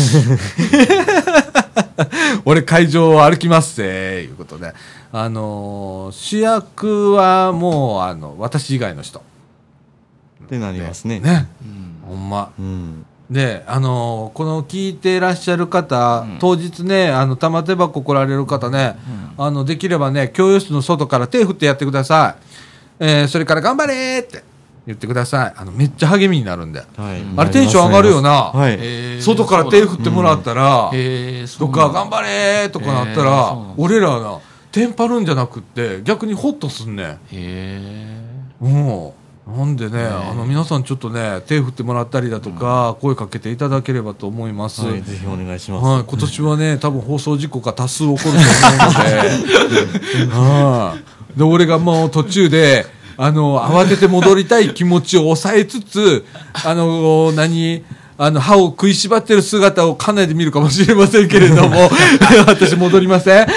俺会場を歩きますっていうことで、あのー、主役はもうあの私以外の人ってなりますね。 ね、うん、ほんま。うん、で、あのー、この聞いていらっしゃる方、うん、当日ね、あの玉手箱来られる方ね、うん、あのできればね、教養室の外から手振ってやってください。えー、それから頑張れーって言ってください。あのめっちゃ励みになるんで、はい、あれテンション上がるよな、はい、外から手振ってもらったら、うん、とか頑張れーとかなったら、俺らなテンパるんじゃなくって逆にホッとすんねん。へー、うん、なんでね、あの皆さんちょっとね手振ってもらったりだとか、うん、声かけていただければと思います、はい、 ぜひお願いします、 はい、今年はね多分放送事故が多数起こると思うので、はあ、で俺がもう途中であの慌てて戻りたい気持ちを抑えつつ、あの何あの歯を食いしばってる姿を家内で見るかもしれませんけれども私戻りません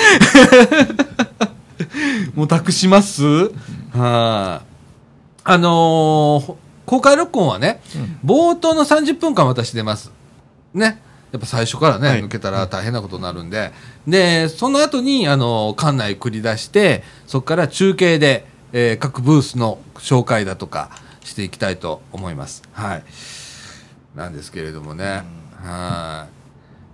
もう託します。はあ、あのー、公開録音はね、うん、冒頭のさんじゅっぷんかん私出ますね。やっぱ最初からね、はい、抜けたら大変なことになるんで、でその後にあの館内繰り出して、そこから中継でえー、各ブースの紹介だとかしていきたいと思います。はい。なんですけれどもね、はい。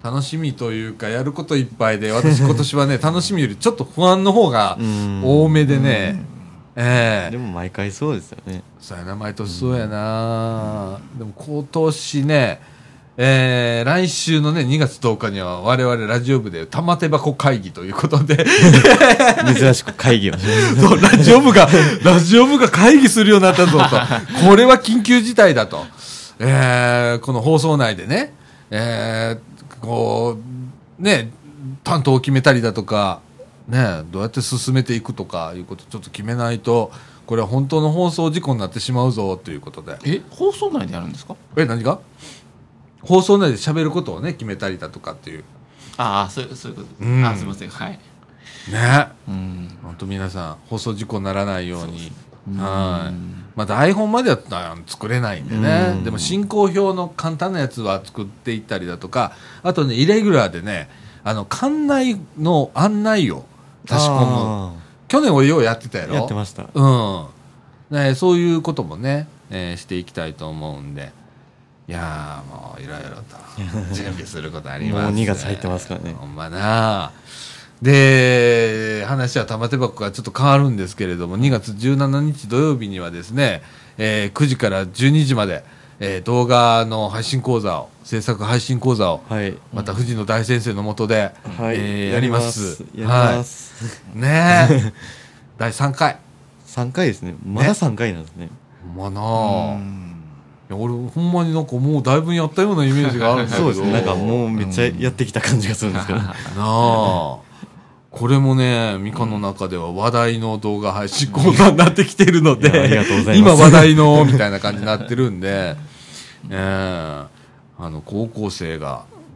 楽しみというかやることいっぱいで、私今年はね楽しみよりちょっと不安の方が多めでね、 えー、でも毎回そうですよね。 そうやな、毎年そうやな。でも今年ね、えー、来週のねにがつとおかには我々ラジオ部で玉手箱会議ということで珍しく会議をそうラジオ部がラジオ部が会議するようになったぞとこれは緊急事態だと、えー、この放送内でね、えー、こうね担当を決めたりだとかね、どうやって進めていくとかいうことをちょっと決めないと、これは本当の放送事故になってしまうぞということで。 え、放送内でやるんですか？ え、何が？放送内で喋ることをね決めたりだとかっていう。 ああ、そういうそういうことです、うん、あ、すみません、はい。 ね、うん、本当皆さん放送事故にならないように。はい。まあ台本までは作れないんでね、うん、でも進行表の簡単なやつは作っていったりだとか、あとねイレギュラーでね、あの館内の案内を差し込む。去年俺ようやってたやろ。 やってました。 うん。ね、そういうこともね、えー、していきたいと思うんで、いやーもういろいろと準備することあります、ね。 もうにがつ入ってますからね。 ほんまな。で、話は玉手箱がちょっと変わるんですけれども、にがつじゅうしちにち土曜日にはですね、えー、くじからじゅうにじまで、えー、動画の配信講座を、制作配信講座を、はい、また藤野大先生の下で、はい、えー、やります。 やります。 はい、ねえ。だいさんかい。 さんかいですね。まださんかいなんですね。 ほ、ね、んまなあ。いや俺ほんまになんかもうだいぶやったようなイメージがあるんだけどそうですね、なんかもうめっちゃやってきた感じがするんですけど、うん、なあこれもねミカの中では話題の動画配信講座になってきてるので、 ありがとうございます。 今話題のみたいな感じになってるんで、えー、あの高校生が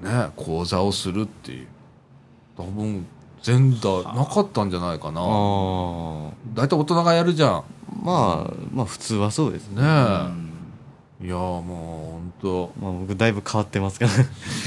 ね、講座をするっていう多分前代なかったんじゃないかな。だいたい大人がやるじゃん。 まあまあ普通はそうですねえ、うん、いやもう本当、 まあ、僕だいぶ変わってますから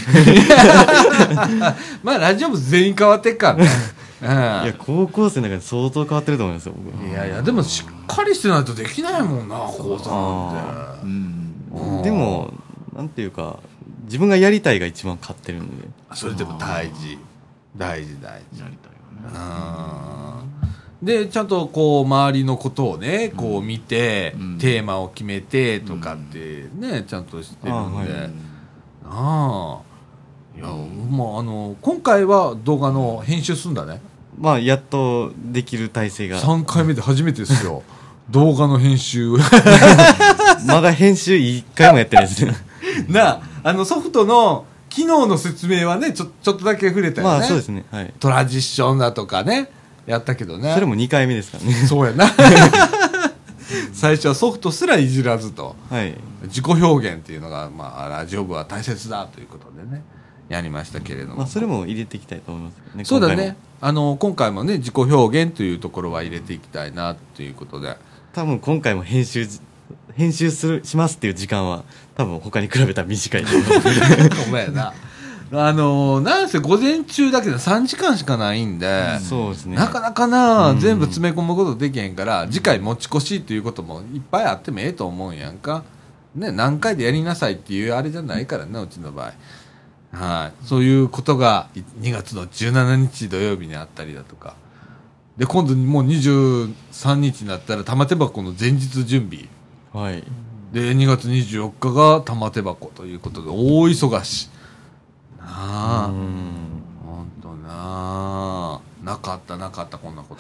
まあラジオ部全員変わってっからねいや高校生の中で相当変わってると思いますよ僕。 いやいやでもしっかりしてないとできないもんな講座なんて、 うん、でもなんていうか自分がやりたいが一番勝ってるんで。 それでも大事大事大事やりたいよね。 うん、でちゃんとこう周りのことをねこう見て、うん、テーマを決めてとかってね、うん、ちゃんとしてるんで、あ、はい、あいや、まあ、あの今回は動画の編集するんだね。 まあやっとできる体制がさんかいめで初めてですよ動画の編集まだ編集いっかいもやってないですねなあ、あのソフトの機能の説明はねちょ、ちょっとだけ触れたよね。 まあそうですね、はい、 トランジッションだとかねやったけどね。 それもにかいめですからね。 そうやな最初はソフトすらいじらずと、はい、自己表現っていうのが、まあ、ラジオ部は大切だということでねやりましたけれども、 まあ、それも入れていきたいと思いますね。 そうだね、あの今回もね自己表現というところは入れていきたいなということで、 多分今回も編集編集するしますっていう時間は多分他に比べたら短いと思いますお前やなあのなんせ午前中だけでさんじかんしかないんで、うん、 そうですね、 なかなかな、うん、全部詰め込むことできへんから、次回持ち越しっていうこともいっぱいあってもええと思うんやんか、ね、何回でやりなさいっていうあれじゃないからねうちの場合、はい、そういうことがにがつのじゅうしちにち土曜日にあったりだとかで、今度もうにじゅうさんにちになったら玉手箱の前日準備、はい、でにがつにじゅうよっかが玉手箱ということで大忙しなあ、ほんとなあ、なかったなかったこんなこと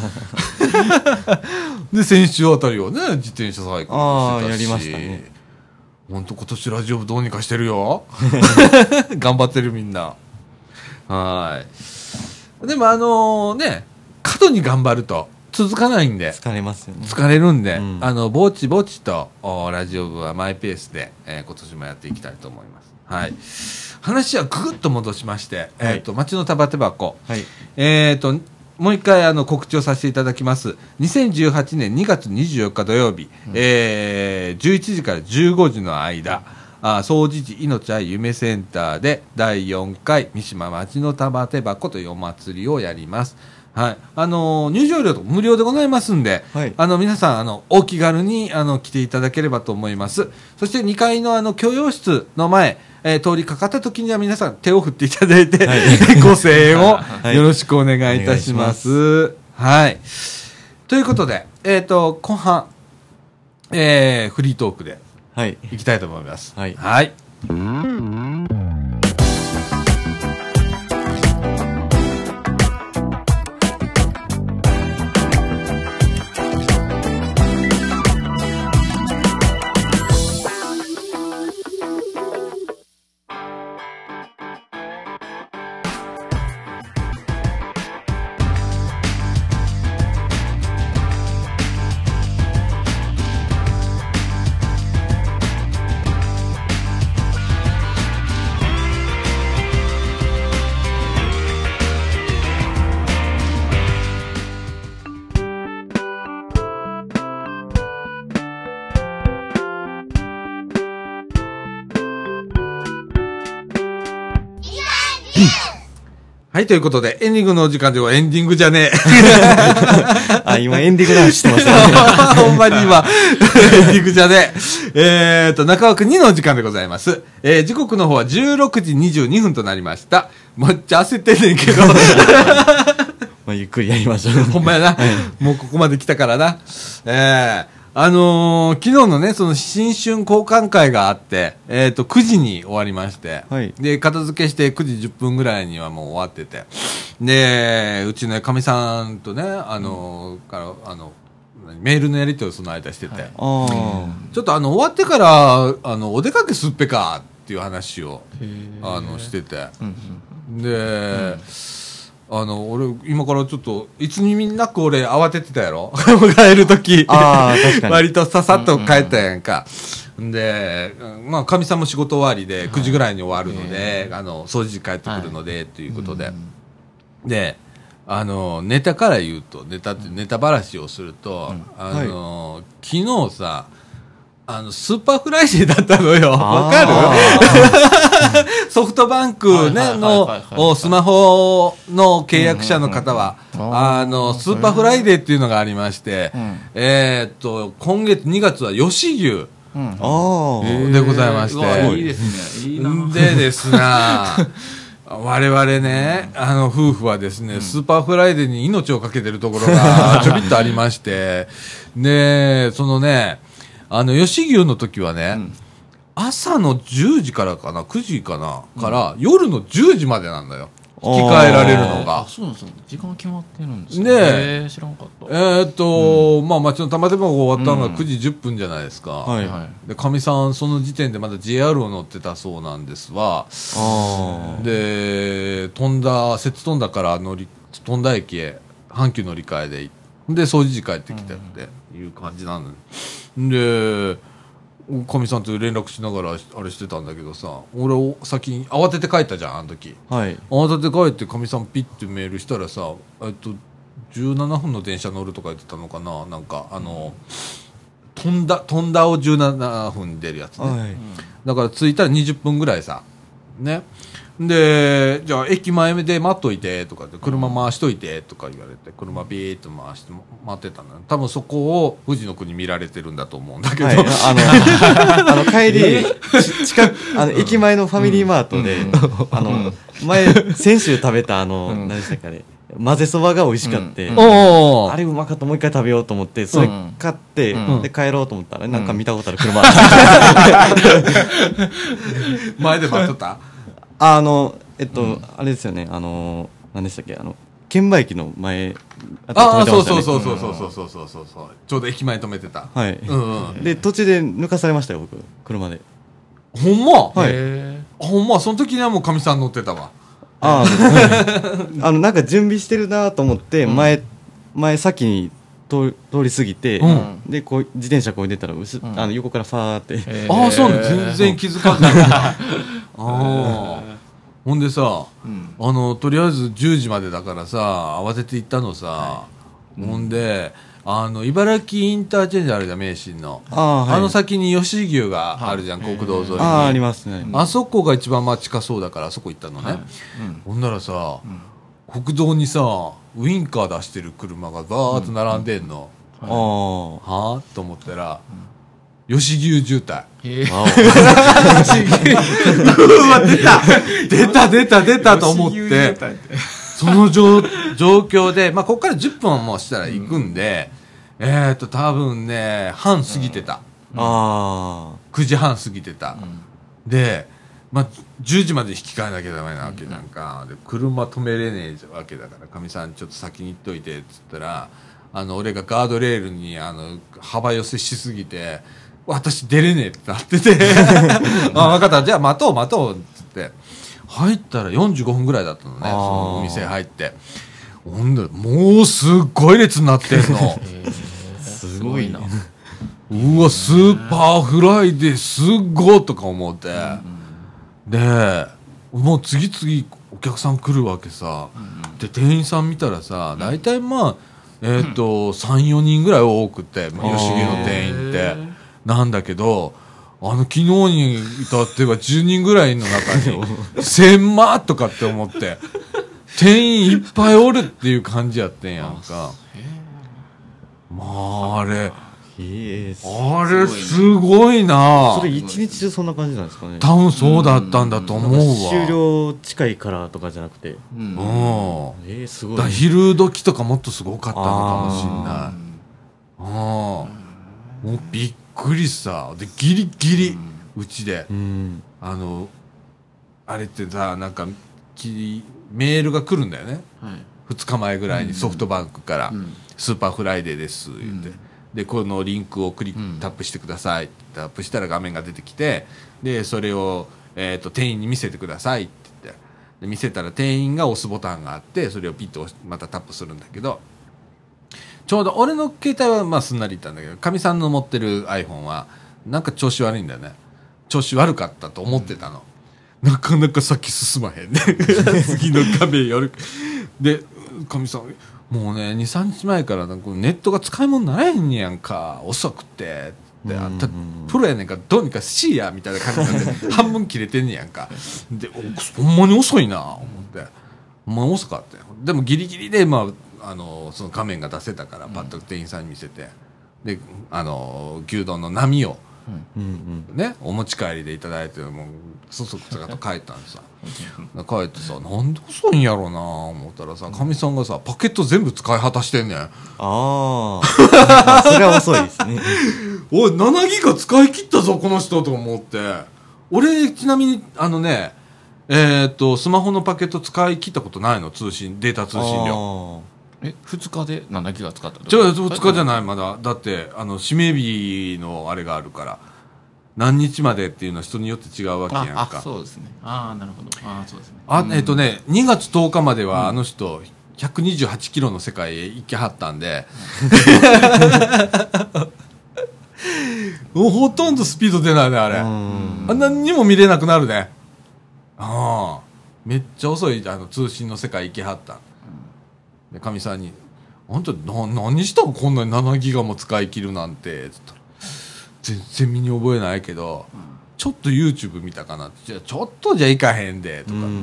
で先週あたりはね自転車サイクルしてたし、 あやりましたね。 ほんと今年ラジオ部どうにかしてるよ頑張ってるみんな。はい、でもあのね過度に頑張ると続かないんで疲れますよね。 疲れるんで、うん、あのぼちぼちとラジオ部はマイペースで、えー、今年もやっていきたいと思います。はい、話はぐぐっと戻しまして、はい、えーと町の玉手箱、はい、えーともう一回あの告知をさせていただきます。にせんじゅうはちねんにがつにじゅうよっか土曜日、うん、えー、じゅういちじからじゅうごじの間、あ総持寺いのち愛夢センターでだいよんかい三島町の玉手箱というお祭りをやります。はい、あの入場料と無料でございますんで、はい、あの皆さんあのお気軽にあの来ていただければと思います。そしてにかいのあの許容室の前、えー、通りかかった時には皆さん手を振っていただいて、はい、ご声援をよろしくお願いいたします。はい、はい、ということで、えーと後半、えー、フリートークでいきたいと思います。はい、はい、はい、ということで、エンディングのお時間ではエンディングじゃねえ。 あ、今エンディングの話してましたね。ほんまに今、エンディングじゃねえ。えーと、中枠にのお時間でございます。えー、時刻の方はじゅうろくじにじゅうにふんとなりました。めっちゃ焦ってんねんけど。 まあ、ゆっくりやりましょう。 ほんまやな。はい、もうここまで来たからな。えー。あのー、昨日のね、その新春交換会があって、えっと、くじに終わりまして、はい、で、片付けしてくじじゅっぷんぐらいにはもう終わってて、で、うちのかみさんとね、あのー、から、あの、メールのやり取りをその間してて、はい、ちょっとあの、終わってから、あの、お出かけすっぺかっていう話を、あの、してて、で、うんあの、俺、今からちょっと、いつにみなく俺慌ててたやろ帰るとき。 ああ、確かに。 割とささっと帰ったやんか。で、まあ、かみさんも仕事終わりで、くじぐらいに終わるので、あの、掃除時帰ってくるので、ということで。で、あの、ネタから言うと、ネタって、ネタ話をすると、あの、昨日さ、あの、スーパーフライデーだったのよ。わかるソフトバンクね、の、スマホの契約者の方は、あの、スーパーフライデーっていうのがありまして、えーっと、今月にがつは吉牛でございまして。 いいですね。いいな。 でですな、我々ね、あの、夫婦はですね、スーパーフライデーに命をかけてるところがちょびっとありまして、で、そのね、あの、吉牛の時はね、うん、朝のじゅうじからかな、くじかな、うん、から、夜のじゅうじまでなんだよ。引き換えられるのが。 あ、そうなんですよ。時間決まってるんですね。 で、 えー、知らんかった。 えー、っと、うん、まあ、町の玉手箱終わったのがくじじゅっぷんじゃないですか。 はいはい。 で、かみさん、その時点でまだ ジェイアール を乗ってたそうなんですわ。 あで、飛んだ、摂津飛んだから乗り、飛んだ駅へ、阪急乗り換えで行って、で、掃除時帰ってきたっていう感じなの。で、かみさんと連絡しながらあれしてたんだけどさ、俺を先に慌てて帰ったじゃん、あの時。 はい。 慌てて帰ってかみさんピッてメールしたらさ、えっと、じゅうななふんの電車乗るとか言ってたのかな、なんか、あの、飛んだ、飛んだをじゅうななふんに出るやつね。はい。だから着いたらにじゅっぷんぐらいさ、ね。で、じゃあ駅前で待っといてとかで、車回しといてとか言われて、車ビーッと回して待ってたのよ。多分そこを富士の国見られてるんだと思うんだけど、はい、 あのあの帰り近くあの駅前のファミリーマートで、うん、あの前先週食べたあの、うん、何でしたっけね、混ぜそばが美味しかって、うん、あれうまかった、もう一回食べようと思ってそれ買って、うん、で帰ろうと思ったらなんか見たことある車、うん、 前で待っとった。 あの、えっと、うん、あれですよね、あの、何でしたっけ、あの、券売機の前、 ああ、そうそうそうそうそうそうそうそうそう、ちょうど駅前止めてた。 はい。うんうん、で、途中で抜かされましたよ、僕、車で。 ほんま？ はい。 ほんま、その時にはもうかみさん乗ってたわ。 ああ、あの、なんか準備してるなと思って、前、うん、前先に通り過ぎて、うん、で、こう、自転車こいでたら、うす、うん、あの、横からファーって。 ああ、そうなの、全然気づかなかった。ああ。ほんでさ、うん、あのとりあえずじゅうじまでだからさ慌てて行ったのさ、はい、ほんで、あの茨城インターチェンジあるじゃん、名神の あ,、はい、あの先に吉牛があるじゃん、はい、国道沿いにあ, ありますね。 あそこが一番まあ近そうだからあそこ行ったのね、はい、うん、ほんならさ、うん、国道にさウインカー出してる車がバーッと並んでんの、うんうん、はあ、はあと思ったら、うん、吉牛渋滞。えー、うわ出た出た出た出たと思ってその状況で、まあ、ここからじゅっぷんはもうしたら行くんで、うん、えーっと多分ね半過ぎてた、うん、あくじはん過ぎてた、うん、で、まあ、じゅうじまで引き換えなきゃダメなわけなんか、うん、で車止めれねえわけだからかみさんちょっと先に行っといてっつったら、あの俺がガードレールにあの幅寄せしすぎて私出れねえってなっててあ、分かった、じゃあ待とう待とうっつって入ったらよんじゅうごふんぐらいだったのね、そのお店入って。ほんでもうすっごい列になってんのすごいな。 うわスーパーフライデーすっごとか思って、うん、でもう次々お客さん来るわけさ、うん、で店員さん見たらさ大体まあえっとさんよにんぐらい多くて、吉牛の店員ってなんだけど、あの昨日に至ってはじゅうにんぐらいの中に千万とかって思って店員いっぱいおるっていう感じやってんやんか。まああれあれすごいな。 それ一日中そんな感じなんですかね。 多分そうだったんだと思うわ。 終了近いからとかじゃなくて、うん、 えー、すごい。だ昼時とかもっとすごかったのかもしれない。ああ、もうびっくりさ。でギリギリうち、ん、で、うん、あのあれってさなんかメールが来るんだよね、はい、ふつかまえぐらいにソフトバンクから、うん、スーパーフライデーです言って、うん、でこのリンクをクリック、うん、タップしてくださいってタップしたら画面が出てきて、でそれを、えーと、店員に見せてくださいって言って、 で見せたら店員が押すボタンがあって、それをピッと押しまたタップするんだけど、ちょうど俺の携帯はまあすんなりいったんだけど、かみさんの持ってる iPhone はなんか調子悪いんだよね。調子悪かったと思ってたの。なかなか先進まへんね。次の画面やる。で、かみさん、もうね、に、さんにちまえからなんかネットが使い物にならへんねやんか。遅くて。で、あんた、プロやねんからどうにかしいや、みたいな感じなんで、半分切れてんねやんか。で、ほんまに遅いな、思って。ほんまに遅かったよ。でもギリギリで、まあ、あの、その画面が出せたから、パッと店員さんに見せて。で、あの、牛丼の波を、うんうん、ね、お持ち帰りでいただいて、もう、そそくさと帰ったんですさ。帰ってさ、なんで遅いんやろうな思ったらさ、かみさんがさ、パケット全部使い果たしてんねん。ああ。それは遅いですね。 おい、ななギガ使い切ったぞ、この人と思って。俺、ちなみに、あのね、えー、っと、スマホのパケット使い切ったことないの、通信、データ通信量。 え、ふつかでななギガ使ったじゃあ、ふつかじゃない、まだ。だって、あの、指名日のあれがあるから。何日までっていうのは人によって違うわけやんか。 あ、そうですね。ああ、なるほど。ああ、そうですね。 あ、えっとね、にがつとおかまでは、あの人、ひゃくにじゅうはちキロの世界へ行きはったんで、もうほとんどスピード出ないね、あれ。あ何にも見れなくなるね。ああ。めっちゃ遅い、あの、通信の世界行きはった。で、かみさんに、あんた、な、何したんこんなにななギガも使い切るなんて、つったら。全然身に覚えないけど、うん、ちょっと YouTube 見たかなって、じゃあちょっとじゃいかへんでとかって、うん、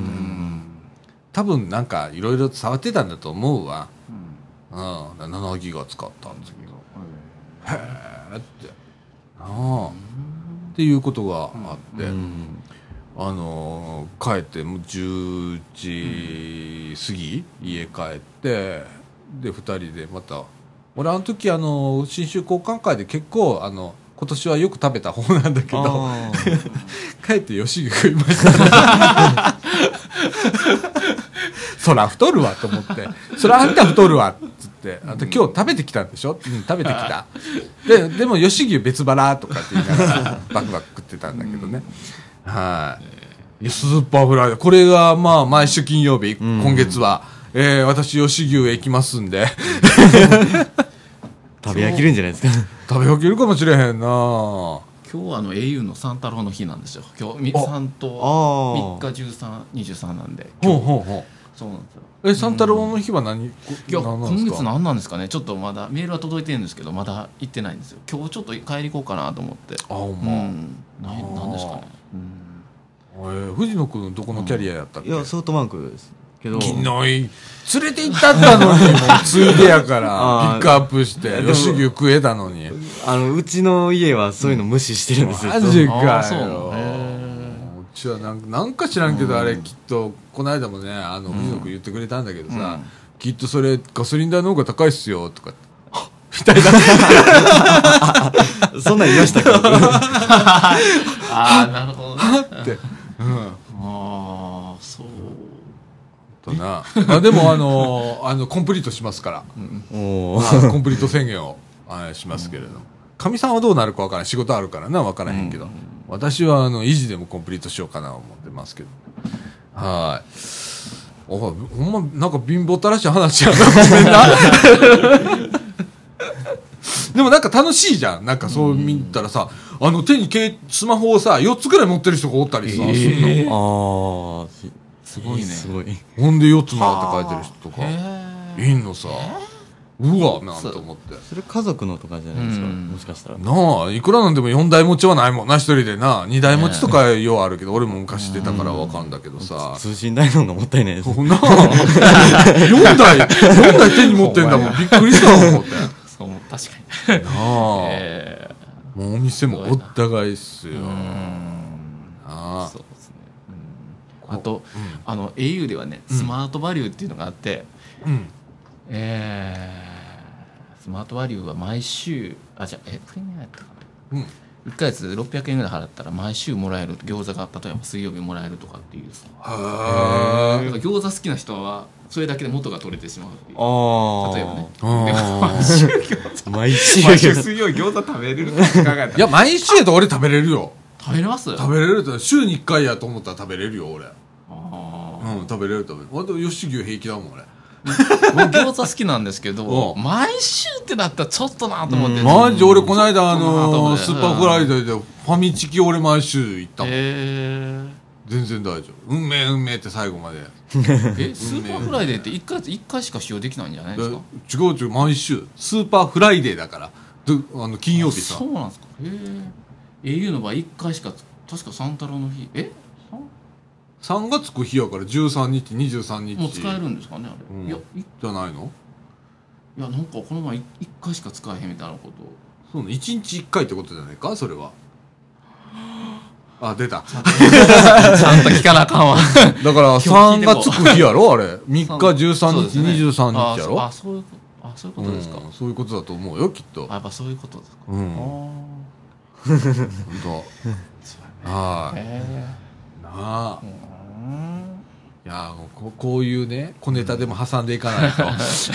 多分なんかいろいろ触ってたんだと思うわ、うん、うん、ななギガ使ったんですけど、うん、へえってああっていうことがあって、うん、あのー、帰ってもうじゅうじ過ぎ、うん、家帰ってでふたりでまた俺あの時あの新州交換会で結構あの今年はよく食べた方なんだけど帰って吉木食いましたそら太るわと思ってそらあんた太るわっつってあんた今日食べてきたんでしょ、うん、食べてきたで, でも吉木別腹とかって言いながらバクバク食ってたんだけどね、うん、はいスーパーフライでこれがまあ毎週金曜日、うん、今月は、えー、私吉牛へ行きますんで食べ飽きるんじゃないですか食べ飽きるかもしれへんな今日はあの エーユー の三太郎の日なんですよ今日さんとみっかじゅうさん、にじゅうさんなんでほうほうほうそうなんですよえ三太郎の日は何、うん、いや今月何なんですかねちょっとまだメールは届いてるんですけどまだ行ってないんですよ今日ちょっと帰り行こうかなと思ってあほんま、うん、 何ですかね、 うんえー、藤野君どこのキャリアやったっけ、 うん、いやソフトバンクですけど昨日連れて行ったったのにもうついでやからピックアップして吉牛食えたのにあのうちの家はそういうの無視してるんですよ、 マジかようちはなんかなんか知らんけど、うん、あれきっとこの間もねあの藤野君言ってくれたんだけどさ、うん、きっとそれガソリン代の方が高いっすよとかみたいなそんなん言いましたかああなるほどねって、うん、 ああそうとなあでもあのあのコンプリートしますから、うん、おコンプリート宣言をあしますけれどかみさんはどうなるか分からない仕事あるからな分からへんけど、うん、私はあの維持でもコンプリートしようかなと思ってますけどはいおほんまなんか貧乏ったらしい話やなごめんなでもなんか楽しいじゃんなんかそう見たらさ、うん、あの手にスマホをさよっつぐらい持ってる人がおったりさ、えー、すんのああすごいねすごいほんでよっつもあって書いてる人とかいんのさうわなんと思ってそれ家族のとかじゃないですかもしかしたらなあいくらなんでもよんだい持ちはないもんな一人でなにだい持ちとかようあるけど俺も昔出たからわかんだけどさ通信代の方がもったいないですなあよんだいよんだい手に持ってんだもんびっくりしたと思ってそう確かになあ、えー、もうお店もお互いっすよああそうですね、うん、あと、うん、あの エーユー ではねスマートバリューっていうのがあって、うんえー、スマートバリューは毎週あじゃあえプレミアやったかな、うん、いっかげつろっぴゃくえんぐらい払ったら毎週もらえる餃子が例えば水曜日もらえるとかっていうさへえ餃子好きな人はそれだけで元が取れてしまうっていうあ例えばね毎週餃子毎週毎週水曜日餃子食べれるか考えたいや毎週やと俺食べれるよ食べれます食べれると週にいっかいやと思ったら食べれるよ俺あ、うん、 分食べれる食べれる。あと吉牛平気だもん俺。 僕餃子好きなんですけど毎週ってなったらちょっとなと思って、 マジ俺この間あのー、 ちスーパーフライデーでファミチキ俺毎週行ったもん。 へ全然大丈夫。うんめえうんめえって最後まで。 えスーパーフライデーっていっかげついっかいしか使用できないんじゃないですか。 違う違う毎週スーパーフライデーだからどあの金曜日さ。 そうなんですか。へえ エーユー の場合いっかいしか確か三太郎の日えさんがつく日やからじゅうさんにちにじゅうさんにちもう使えるんですかねあれ、 うん、 いやいじゃないの。 いやなんかこの前いっかいしか使えへんみたいなことそうねいちにちいっかいってことじゃないかそれは。あ出たちゃんと聞かなあかんわだからさんがつく日やろあれみっかじゅうさんにち、 ね、 にじゅうさんにちやろ。 あそういうことあそういうことですか、 うん、そういうことだと思うよきっと。 あやっぱそういうことですか。 うん本当はいなあいやもうここういうね小ネタでも挟んでいかないと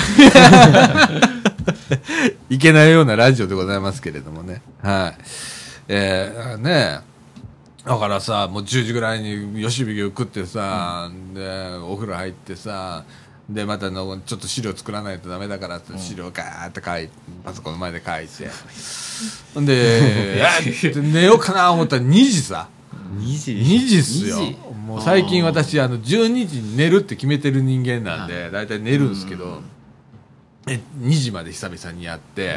いけないようなラジオでございますけれどもね。はいえー、ねだからさもうじゅうじぐらいに吉火牛食ってさ、うん、でお風呂入ってさでまたのちょっと資料作らないとダメだからって資料ガーッと書いてパソコンの前で書いてほんでやって寝ようかな思ったらにじさにじにじっすよ。もう最近私あのじゅうにじに寝るって決めてる人間なんでだいたい寝るんですけどえにじまで久々にやって、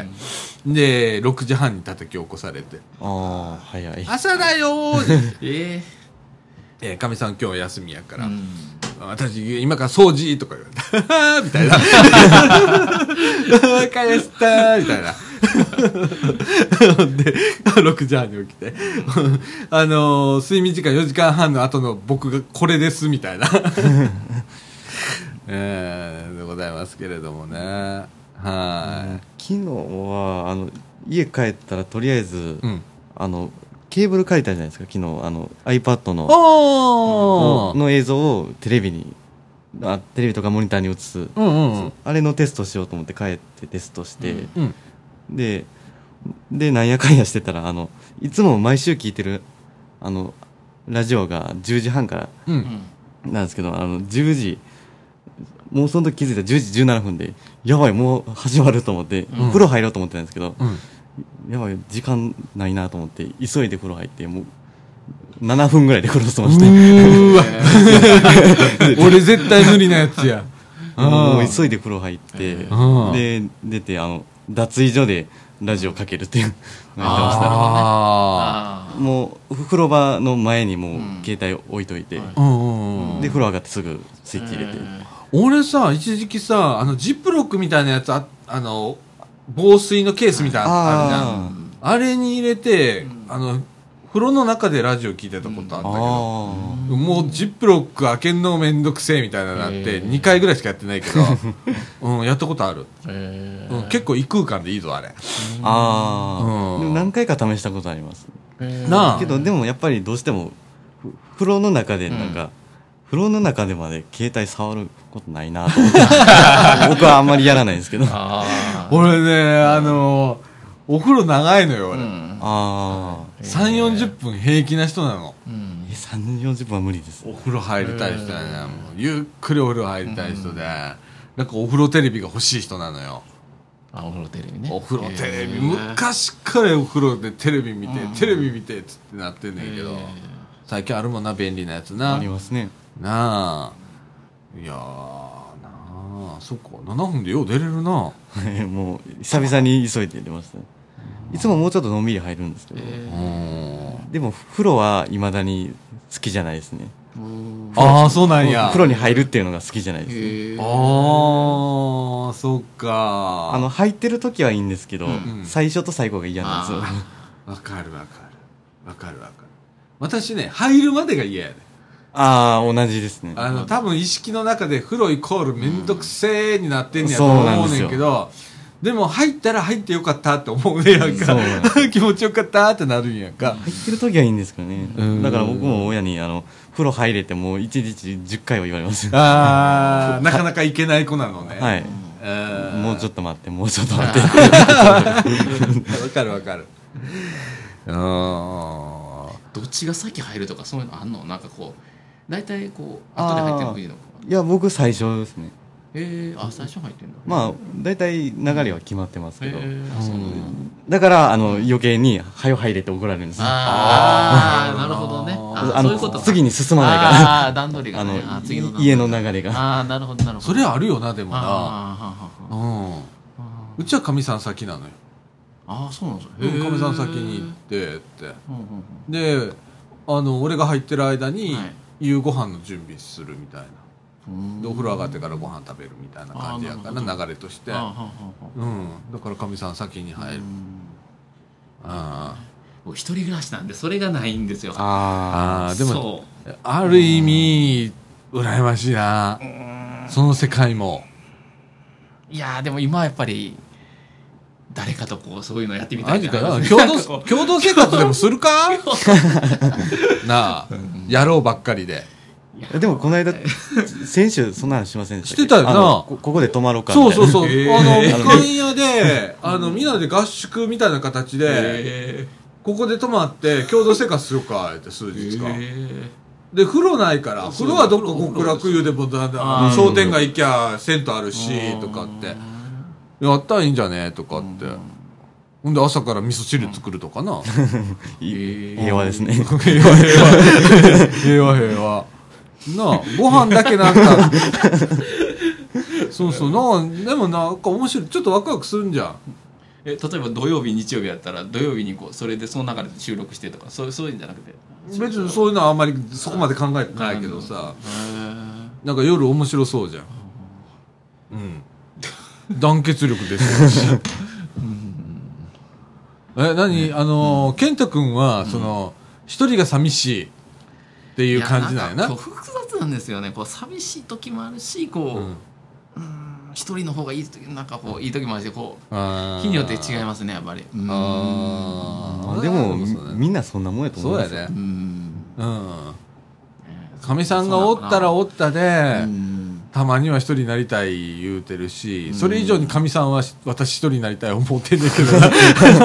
うん、でろくじはんに叩き起こされてああ早い朝だよーええー、かみさん今日休みやから、うん、私今から掃除とか言われてみたいなわかりましたみたいなでろくじはんに起きてあのー、睡眠時間よじかんはんの後の僕がこれですみたいなえー、でございますけれどもね。はい、 昨日はあの家帰ったらとりあえず、うん、あのケーブル借りたじゃないですか昨日あの iPad のの映像をテレビにあテレビとかモニターに映す、うんうんうん、あれのテストしようと思って帰ってテストして、うんうん、ででなんやかんやしてたらあのいつも毎週聞いてるあのラジオがじゅうじはんからなんですけど、うん、あのじゅうじもうその時気づいたらじゅうじじゅうななふんでやばいもう始まると思って、うん、風呂入ろうと思ってたんですけど、うん、やばい時間ないなと思って急いで風呂入ってもうななふんぐらいでクロスましてうーわ俺絶対無理なやつやもう急いで風呂入ってで出てあの脱衣所でラジオかけるっていうのやってましたもう風呂場の前にもう携帯置いといて、うん、で風呂上がってすぐスイッチ入れて俺さ一時期さあのジップロックみたいなやつ あ, あの防水のケースみたいなのあるじゃん あ, あれに入れて、うん、あの風呂の中でラジオ聞いてたことあったけど、うん、もうジップロック開けんのめんどくせえみたいなのがあってにかいぐらいしかやってないけど、うん、やったことある、うん、結構異空間でいいぞあれあ、うん、でも何回か試したことありますなあけどでもやっぱりどうしても風呂の中でなんか、うん風呂の中でまで携帯触ることないなと思って僕はあんまりやらないですけど俺ねあのお風呂長いのよ俺、うん、あさんじゅうよんじゅっぷん平気な人なの、 うん、えさんじゅうよんじゅっぷんは無理です。 お風呂入りたい人やねもうゆっくりお風呂入りたい人で、うん、なんかお風呂テレビが欲しい人なのよ。 あお風呂テレビねお風呂テレビ昔からお風呂でテレビ見て、うん、テレビ見てっつってなってんねんけど最近あるもんな便利なやつなありますねなあいやーなあそっかななふんでよう出れるなもう久々に急いで出ました、ね、いつももうちょっとのんびり入るんですけど、えー、でも風呂はいまだに好きじゃないですね。 ああそうなんや風呂に入るっていうのが好きじゃないです、ね、 ああそっかあの入ってる時はいいんですけど、うん、最初と最後が嫌なんですよ。 わかるわかるわかるわかる私ね入るまでが嫌やね。 ああ同じですね。 あの多分意識の中で風呂イコールめんどくせーになってんねやと思うねんけど、でも入ったら入ってよかったって思うねやんか気持ちよかったってなるんやんか。 入ってる時はいいんですけどね。だから僕も親にあの風呂入れてもういちにちじゅっかいは言われます。 ああなかなかいけない子なのね。 はい、もうちょっと待ってもうちょっと待ってわかるわかる。あどっちが先入るとかそういうのあんのなんかこう大体こう後で入ってる藤野君は。 いや僕最初ですね。 えー、あ最初入ってんだ。 まあ大体流れは決まってますけど、 えー、そうなんだ。 だからあの余計に「はよ入れ」って怒られるんですよ。 ああなるほどね。 あの次に進まないからああ段取りがね。 あの次の家の流れが。 ああなるほどなるほど。 それあるよなでもな。 あうん。うちはかみさん先なのよ。 ああそうなんですかみさん先に行ってってであの俺が入ってる間に夕ご飯の準備するみたいな。でお風呂上がってからご飯食べるみたいな感じやから流れとして、うん、だからかみさん先に入る。ああ一人暮らしなんでそれがないんですよ。 ああでもある意味羨ましいなその世界も。いやでも今はやっぱり誰かとこうそういうのやってみたいな。 共同共同生活でもするかなあやろうばっかりで。 でもこの間先週そんな話しませんでしたっけ？ してたよな。 ここで泊まろうかみたいな。 そうそうそう。あのみかん屋であのみんなで合宿みたいな形でここで泊まって共同生活するかって数日間。で風呂ないから風呂はどっか極楽湯でもだだ商店街行きゃ銭湯あるしとかってやったらいいんじゃねとかって。ほんで朝から味噌汁作るとかな。 平和ですね。 平和平和平和平和。なあご飯だけなんかそうそうなでもなんか面白いちょっとワクワクするんじゃん。 え例えば土曜日日曜日やったら土曜日にこうそれでその中で収録してとかそうそういうんじゃなくて別にそういうのはあんまりそこまで考えてないけどさなんか夜面白そうじゃん。うん団結力ですしえ何あの健太君はその一人が寂しいっていう感じなんやな。 複雑なんですよね。こう寂しい時もあるしこう、うん、うん一人の方がいい時なんかこういい時もあるしこう日によって違いますねやっぱり。うんあでもみんなそんなもんやと思うんですよ。 そうやね。うんかみさんがおったらおったでたまには一人になりたい言うてるしそれ以上にかみさんは私一人になりたい思ってんねんけどな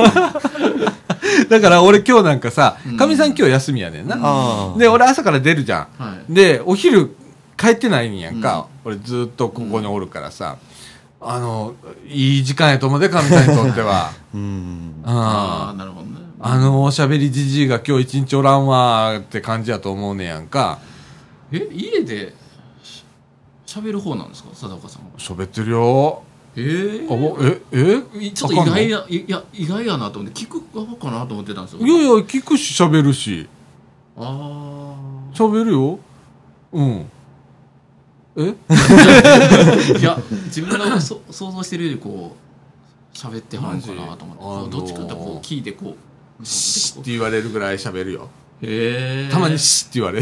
だから俺今日なんかさかみさん今日休みやねんな。で俺朝から出るじゃん、はい、でお昼帰ってないんやんか、うん、俺ずっとここにおるからさ、うん、あのいい時間やと思うでかみさんにとってはうんああなるほどね。あのおしゃべりじじいが今日一日おらんわって感じやと思うねやんか。 え家でしゃべる方なんですか貞岡さんは。 しゃべってるよ。えー、ええちょっと意外やいや意外やなと思って聞く側かなと思ってたんですよ。 いやいや聞くししゃべるしああしゃべるよ。うんえいや自分がそ想像してるよりこうしゃべってはるのかなと思ってどっちかとこう聞いてこうシッって言われるぐらいしゃべるよ。 へえたまにシッって言われる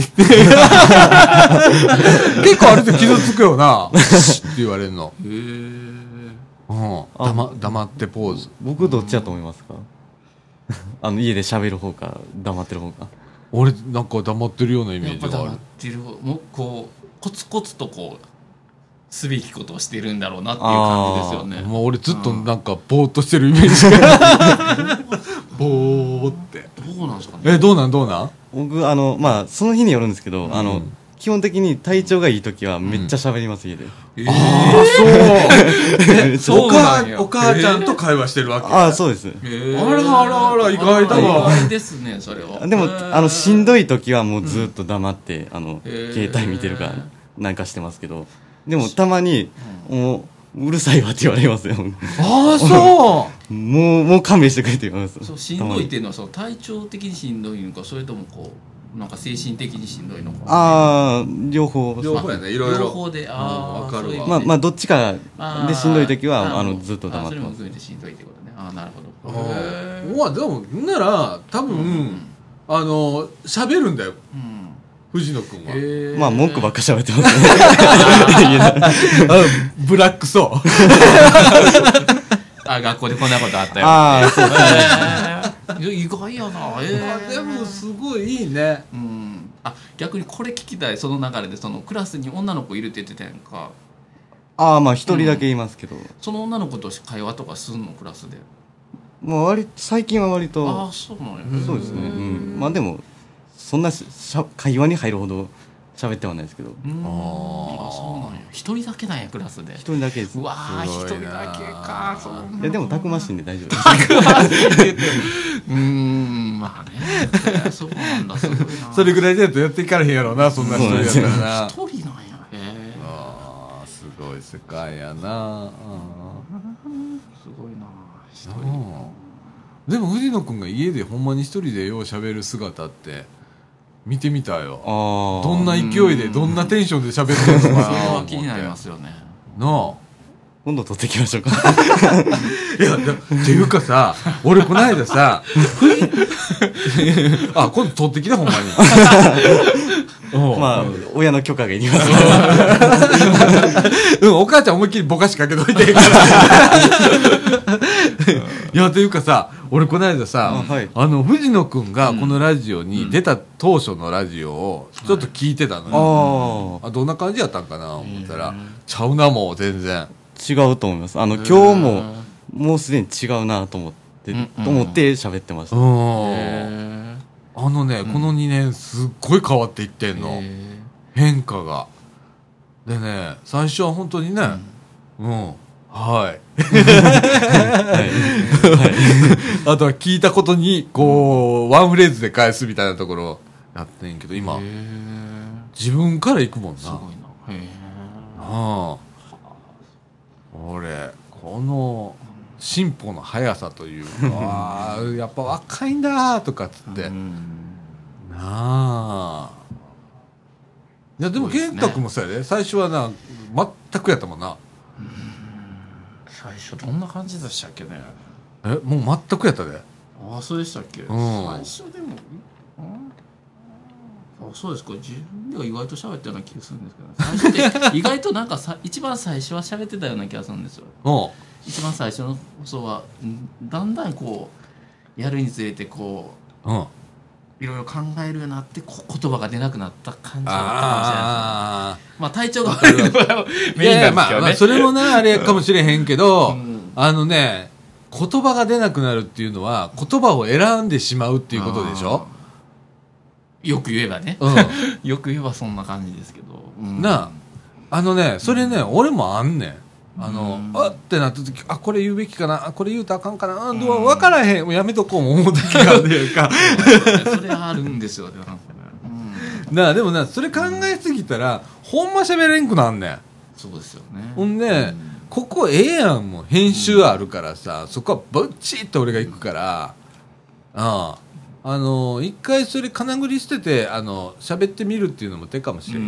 結構あれって傷つくよなシッって言われるの。へえうん、黙, 黙ってポーズ。 僕どっちだと思いますかあの家で喋る方か黙ってる方か。 俺なんか黙ってるようなイメージがある。 黙ってる方もうこうコツコツとこうすべきことをしてるんだろうなっていう感じですよね。 もう俺ずっとなんかぼーっとしてるイメージがぼーってどうなんですかね。 えどうなんどうなん僕あのまあその日によるんですけど、うん、あの基本的に体調がいい時はめっちゃ喋ります、うん、家で。 えー、ああそうそうなんや。お母ちゃんと会話してるわけ。 ああそうです。 あらあらあら意外だわ。 意外ですねそれは。 でもあのしんどい時はもうずっと黙って、うん、あの携帯見てるかなんかしてますけどでもたまにもううるさいわって言われますよ。 ああそうもうもう勘弁してくれって言われます。 そうしんどいっていうのはその体調的にしんどいのかそれともこうなんか精神的にしんどいのか。 ああ両方両方やねいろいろ両方でああ分かるわ。 まあまあどっちかでしんどい時はあのずっと黙ってます。 それも含めてしんどいってことね。ああなるほど。 へえ。まあでもなら多分、うん、あの喋るんだよ、うん、藤野君は。 まあ文句ばっか喋ってますねブラックそうあ学校でこんなことあったよ。 ああそうですね意外やな。えー、でもすごいいいね。 うん。あ逆にこれ聞きたい。その流れでそのクラスに女の子いるって言ってたやんか。 ああまあ一人だけいますけど、うん、 その女の子と会話とかすんのクラスで。 もう割最近は割とああそうなんや。 そうですね、うん、まあでもそんなしゃ会話に入るほど喋ってはないですけど。 うん、ああそうなんや。一人だけなんやクラスで。 一人だけです。 うわあ一人だけか。そう。 いやでもたくましいんで大丈夫です。 たくましいって言って。うーんまあね。そうなんだすごいな。 それぐらいでやとやっていかれへんやろなそんな一人やったらな。 一人なんや。へえ。 ああすごい世界やな。 すごいな一人。 でも藤野くんが家でほんまに一人でよう喋る姿って見てみたよ。 あどんな勢いでどんなテンションで喋ってるのかな。 それは気になりますよね。 なあ。 今度撮ってきましょうか。 いやっていうかさ、俺この間さ、あ今度撮ってきたほんまに。 まあ親の許可がいります。 うんお母ちゃん思いっきりぼかしかけといて。いやというかさ、俺この間さ、 あ、はい、 あの藤野くんがこのラジオに出た当初のラジオをちょっと聞いてたのよ。ああどんな感じやったんかな思ったらちゃうなもう全然。 違うと思います。あの今日ももうすでに違うなと思って、うんうん、と思って喋ってました。 うんあのね、うん、このにねんすっごい変わっていってんの変化が。でね最初は本当にね、うん、うん、はいあとは聞いたことにこうワンフレーズで返すみたいなところやってんけど今自分から行くもんな。すごいな。へあ俺この進歩の速さというかやっぱ若いんだとかっつってなあ。いやでも健太君もそうやで、最初はな全くやったもんな。 うん最初どんな感じでしたっけね。 えもう全くやったで。 ああそうでしたっけ、うん、最初でもあそうですか。自分では意外と喋ったような気がするんですけど、最初って意外となんかさ一番最初は喋ってたような気がするんですよ。一番最初の放送はだんだんこうやるにつれてこう、うん、いろいろ考えるようになってこ言葉が出なくなった感じだったかもしれないですね。まあ体調が悪いのがメインなんですけどね。まあ、まあそれもなあれかもしれへんけど、うん、あのね言葉が出なくなるっていうのは言葉を選んでしまうっていうことでしょ。 よく言えばね、うん、よく言えばそんな感じですけど、 うん、なああのねそれね、うん、俺もあんねん。あの、うん、あってなった時あこれ言うべきかなあこれ言うたらあかんかなあ、うん、どう分からへんもうやめとこうも思う時があるやんか。 それはあるんですよ。 うん、なあでもなそれ考えすぎたら、うん、ほんま喋れんくなんねん。 そうですよね。 ほんで、うん、ここええやんもう編集あるからさ、うん、そこはぶっちっと俺が行くから、うん、ああの一回それ金繰り捨ててあの喋ってみるっていうのも手かもしれん。うん、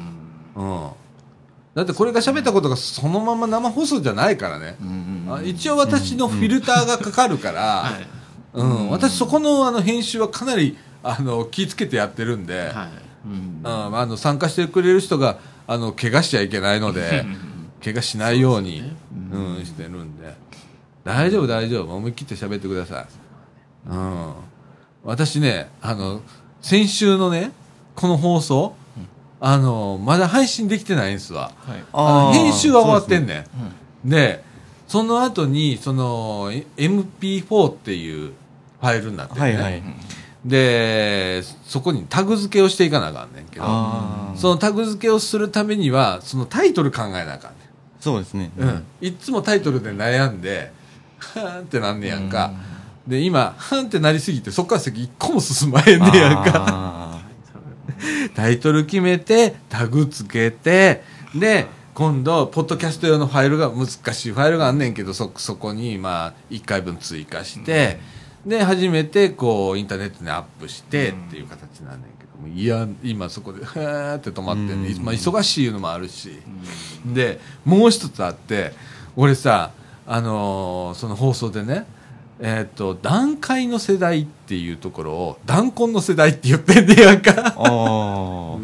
うんだってこれが喋ったことがそのまま生放送じゃないからね、うんうん、一応私のフィルターがかかるから、うんうんうん、私そこ の, あの編集はかなりあの気をつけてやってるんで、はいうんうん、あの参加してくれる人があの怪我しちゃいけないので怪我しないようにう、ねうんうん、してるんで大丈夫大丈夫思い切って喋ってください、うん、私ねあの先週のねこの放送あのまだ配信できてないんですわ、はい、あ編集は終わってんねん。 そ, ね、うん、でその後にその エムピーフォー っていうファイルになってるね、はいはい、でそこにタグ付けをしていかなあかんねんけどそのタグ付けをするためにはそのタイトル考えなあかんねん。 そうですね、 うん、いつもタイトルで悩んではーんってなんねやんか、うん、で今はーんってなりすぎてそっから先一個も進まへんねやんかタイトル決めてタグつけてで今度ポッドキャスト用のファイルが難しいファイルがあんねんけど そ, そこにまあいっかいぶん追加して、うん、で初めてこうインターネットにアップしてっていう形なんねんけどもいや今そこでへーって止まってんね、うんまあ、忙しいのもあるし、うん、でもう一つあって俺さあのー、その放送でねえー、と団塊の世代っていうところを団根の世代って言ってんねやんかあ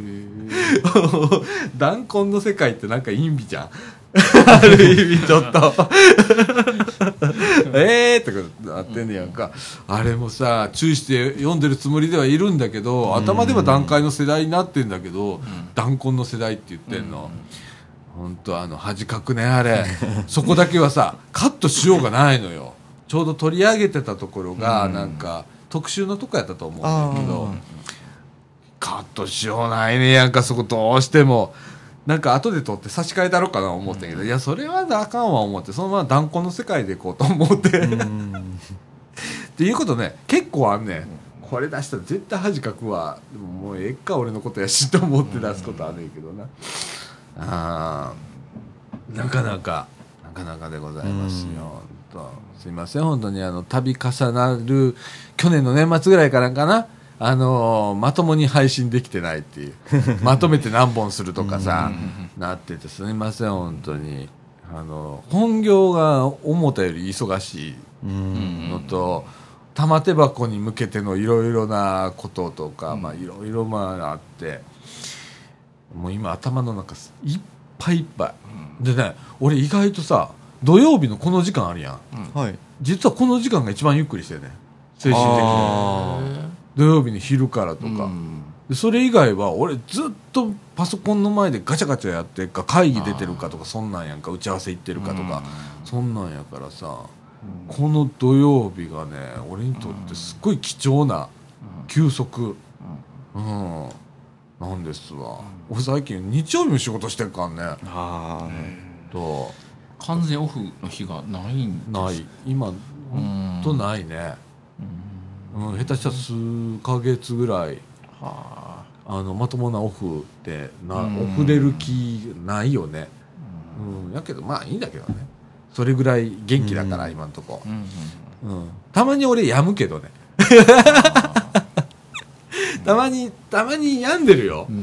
団根の世界ってなんか陰微じゃんある意味ちょっとえーとかなってんねやんか。あれもさ注意して読んでるつもりではいるんだけど頭では団塊の世代になってんだけど団根の世代って言ってんの本当あの恥かくねあれそこだけはさカットしようがないのよ。ちょうど取り上げてたところがなんか特集のとこやったと思うんだけどカットしようないねやんか、そこどうしても。なんか後で撮って差し替えたろうかな思ってんけど、うん、いやそれはあかんわ思って、そのまま断固の世界でいこうと思ってっていうことね結構あんねん。これ出したら絶対恥かくわ、でももうええか俺のことやしと思って出すことあるんやけどな。あなかなかなかなかでございますよ。とすいません本当にあの度重なる去年の年末ぐらいからかな、あのー、まともに配信できてないっていうまとめて何本するとかさなっててすみません本当に。あの本業が思ったより忙しいのと、玉手箱に向けてのいろいろなこととか、まあいろいろまああって、もう今頭の中いっぱいいっぱいでね、俺意外とさ土曜日のこの時間あるやん、はい、実はこの時間が一番ゆっくりしてるね精神的に。土曜日の昼からとか、うん、でそれ以外は俺ずっとパソコンの前でガチャガチャやってるか会議出てるかとかそんなんやんか、打ち合わせ行ってるかとか、うん、そんなんやからさ、うん、この土曜日がね俺にとってすっごい貴重な休息、うん、うん、なんですわ。俺最近日曜日も仕事してるからね。あーと完全オフの日がないんです。 ない今ほんとないね。うん、下手したら数ヶ月ぐらい、はあ、あのまともなオフってな、うん、オフれる気ないよね、うんうん、やけどまあいいんだけどね、それぐらい元気だから、うん、今んとこ、うんうんうん、たまに俺病むけどねたまにたまに病んでるよ、うん、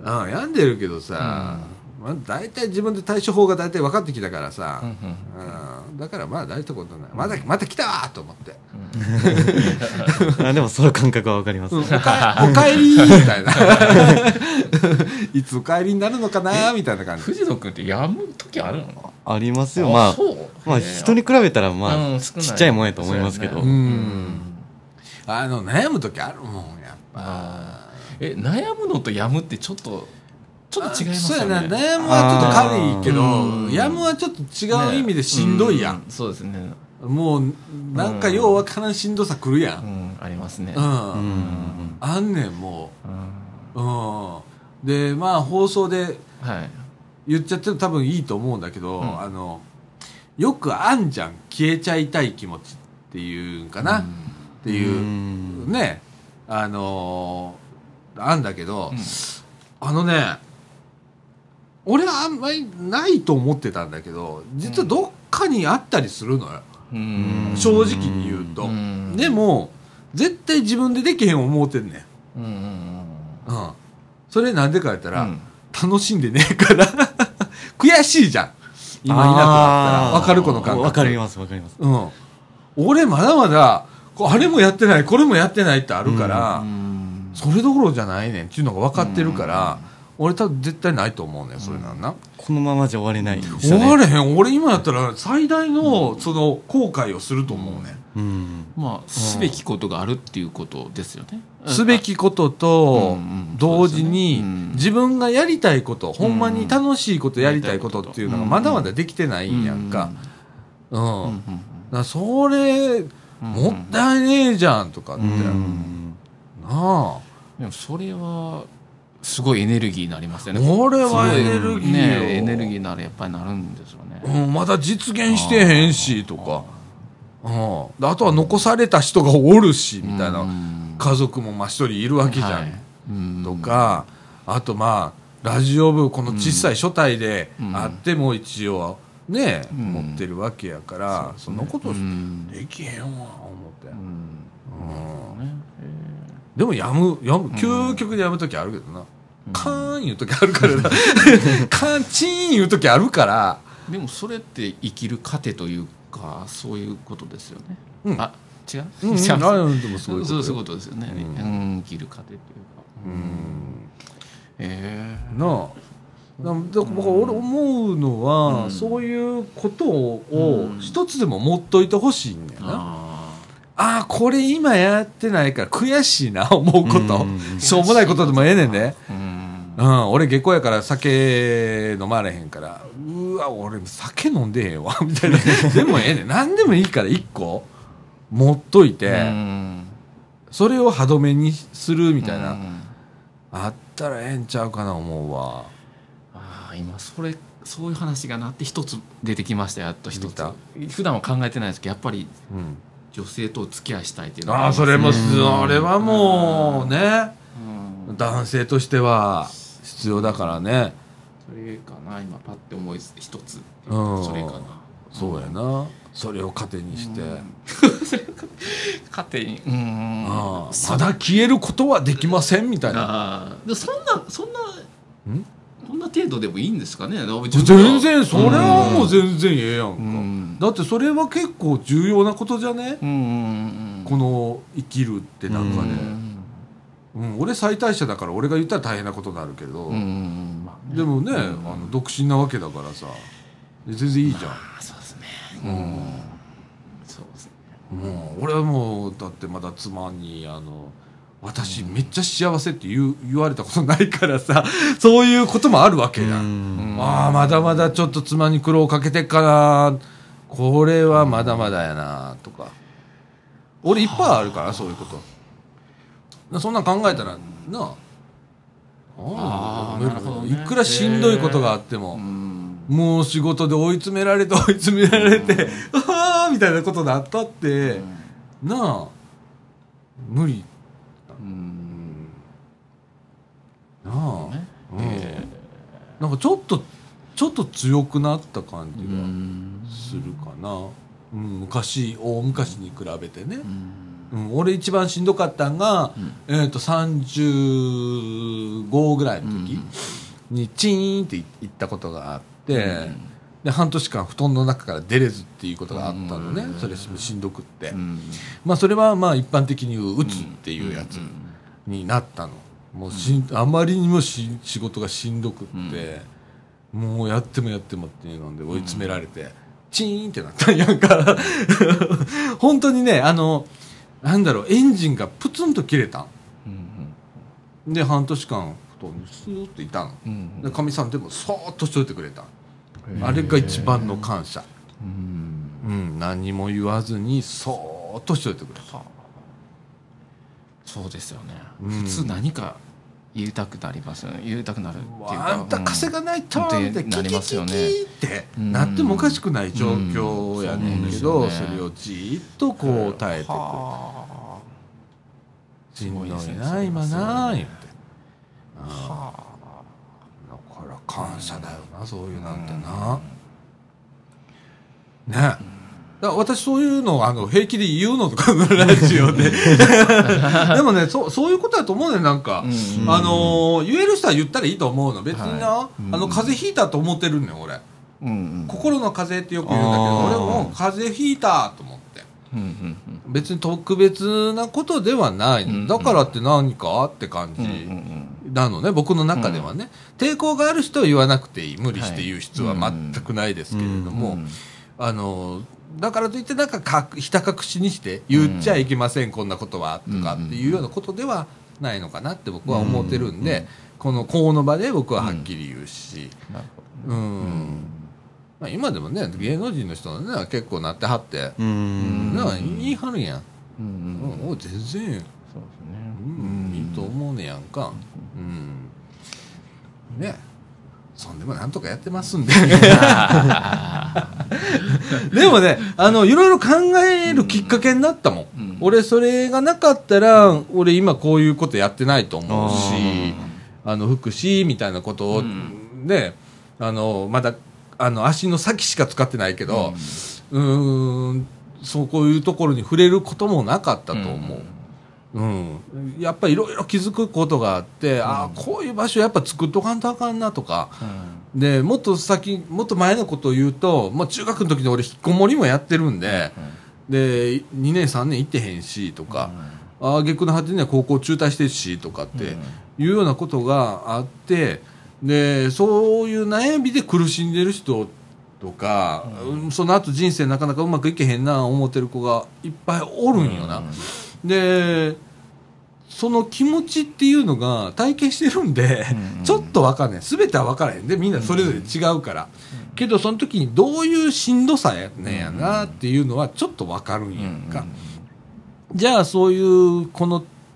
ああ病んでるけどさ、うんまあ、大体自分で対処法が大体分かってきたからさ、うんうん、だからまあ大したことない、まだまた来たわと思って、 うん、あでもその感覚は分かります、うん、おかおかえりみたいないつおかえりになるのかなみたいな感じ。 藤野君って病む時あるの？ ありますよ。まあ、まあ人に比べたらまあ、うん、ちっちゃいもんやと思いますけど、う、ね、うん、 あの悩む時あるもんやっぱ。 え悩むのと病むってちょっとちょっと違いますよね。 そうやな、悩むはちょっと軽いけど病むはちょっと違う意味でしんどいやん、ね、 うん、そうですね。 もうなんかようわからんしんどさくるやん、 うん、ありますね、 うん、うん、あんねんもう、うんうん、でまあ放送で言っちゃっても多分いいと思うんだけど、うん、あのよくあんじゃん消えちゃいたい気持ちっていうんかな、うん、っていう、うん、ねあのー、あんだけど、うん、あのね俺はあんまりないと思ってたんだけど実はどっかにあったりするのよ、うん、正直に言うと、うん、でも絶対自分でできへん思うてんねん、うんうんうん、それなんでか言ったら、うん、楽しんでねえから悔しいじゃん今いなくなったら分かるこの感覚。 分かります分かります、 うん、俺まだまだあれもやってないこれもやってないってあるから、うん、それどころじゃないねんっていうのが分かってるから、うん、俺多分絶対ないと思うねんそれなんな、うん、 このままじゃ終われないですよね。終われへん。俺今やったら最大のその後悔をすると思うね、うんうん、まあすべきことがあるっていうことですよね、 うん、すべきことと同時に自分がやりたいこと、ほんまに楽しいことやりたいことっていうのがまだまだできてないんやんか、うんうんうん、だからそれもったいねえじゃんとかって、うん、なあでもそれはすごいエネルギーになりますよね。 これはエネルギーよ、 ね、エネルギーになるやっぱりなるんですよね、 うん、まだ実現してへんしとか、 あ, あ, あとは残された人がおるしみたいな、家族もまあ一人いるわけじゃん、はい、とかあとまあラジオ部この小さい初対であっても一応ね、うん、持ってるわけやから、うん、そのことできへんわ思って、うんうんね、でもやむやむ究極でやむときあるけどな、うん、カーン言うときあるからなカーンチーン言うときあるから。 でもそれって生きる糧というかそういうことですよね、うん、あ違う、うん、違う、 うん、でもそういうことそういうことですよね、うんうん、生きる糧というか、うんえー、 なあ僕俺思うのは、うん、そういうことを一つでも持っといてほしいんだよな、うん、ああこれ今やってないから悔しいな思うこと、うん、しょうもないことでもええねんね、うんうん、俺下戸やから酒飲まれへんからうわ俺酒飲んでへんわみたいなでもええねん何でもいいから一個持っといて、うん、それを歯止めにするみたいな、うんあったらええんちゃうかな思うわ。 ああ今それそういう話がなって一つ出てきましたやっと一つ出た。 普段は考えてないですけどやっぱりうん女性とお付き合いしたいっていうのああそれもうんあれはもうねうん男性としては必要だからね。 それかな今パッて思い一つうんそれかなそうやな。それを糧にして、 家庭にうんああまだ消えることはできませんみたいな。 ああでそんなそんなんこんな程度でもいいんですかね全然それはもう全然ええやんか、 うんだってそれは結構重要なことじゃね、 うんうんうんこの生きるって中で、 ううんん俺最大者だから俺が言ったら大変なことになるけど、 うんうんまあねでもね、 うんあの独身なわけだからさ全然いいじゃん、 ああそうですねうんそうですねもう俺はもうだってまだ妻にあの私めっちゃ幸せって言う言われたことないからさそういうこともあるわけじゃん、ああまだまだちょっと妻に苦労かけてっかなこれはまだまだやなとか俺いっぱいあるからそういうことそんなん考えたらなああーなるほどねいくらしんどいことがあっても、 うんもう仕事で追い詰められて追い詰められて、ああみたいなことになったって、なあ無理うんなあ、 ねうんえなんかちょっとちょっと強くなった感ーうじんがするかな、うん、昔大昔に比べてね、 うんうん、俺一番しんどかったんが、 うんえー、とさんじゅうごぐらいの時にチーンっていったことがあって、 うんで半年間布団の中から出れずっていうことがあったのね、 うんそれしんどくって、 うんまあそれはまあ一般的に言ううつっていうやつになったの、もうしんあまりにもし仕事がしんどくって、もうやってもやってもっていうので追い詰められて、チーンってなったんやんか本当にねあのなんだろうエンジンがプツンと切れたんうんで半年間布団にスーッといたのうんでかみさんでもそーっとしといてくれたあれが一番の感謝、 うんうん、何も言わずにそーっとしといてくれたそうですよねうん普通何か言いたくなりますよね言いたくなるっていうかあんた稼がないとうんみたいななりますよねキキキキってなってもおかしくない状況やねんけど、 うんそれをじーっとこう耐えてくるはしんどいすごいですねな今なそれは言ってああだから感謝だよなそういうなんてなねだから私そういうのあの平気で言うのとかのラジオででもねそうそういうことだと思うねなんか、 うんあのー言える人は言ったらいいと思うの別にな、 はいあの風邪ひいたと思ってるんねん俺うんうん心の風邪ってよく言うんだけどあー俺も風邪ひいたと思ってうんうん別に特別なことではない、 うんだからって何かって感じうんうんなのね僕の中ではね、抵抗がある人は言わなくていい無理して言う必要は全くないですけれども、 うんあのだからといってなんかかひた隠しにして言っちゃいけません、こんなことはとかっていうようなことではないのかなって僕は思ってるんで、 うんこのこの場で僕ははっきり言うし、 なるうんほどねまあ、今でもね芸能人の人はね結構なってはって、 ううんん、なんか言いはるんやん、 うんうんうん、お全然、 そうですねうん、いいと思うねやんか、うん、ねそんでもなんとかやってますんででもねあのいろいろ考えるきっかけになったもん、 うん俺それがなかったら俺今こういうことやってないと思うしあの福祉みたいなことを、 うんねあのまだあの足の先しか使ってないけど、うーんそうこういうところに触れることもなかったと思う、うんやっぱりいろいろ気づくことがあって、ああこういう場所やっぱ作っとかんとあかんなとか、でもっと先もっと前のことを言うと、まあ、中学の時に俺引っこもりもやってるんで、でにねんさんねん行ってへんしとか、ああ逆の果てには高校中退してるしとかっていうようなことがあってでそういう悩みで苦しんでる人とか、うんその後人生なかなかうまくいけへんな思ってる子がいっぱいおるんよな、でその気持ちっていうのが体験してるんで、 うんちょっと分かんない全ては分からへんでみんなそれぞれ違うから、けどその時にどういうしんどさやねんやなっていうのはちょっと分かるんやんか、じゃあそういうこの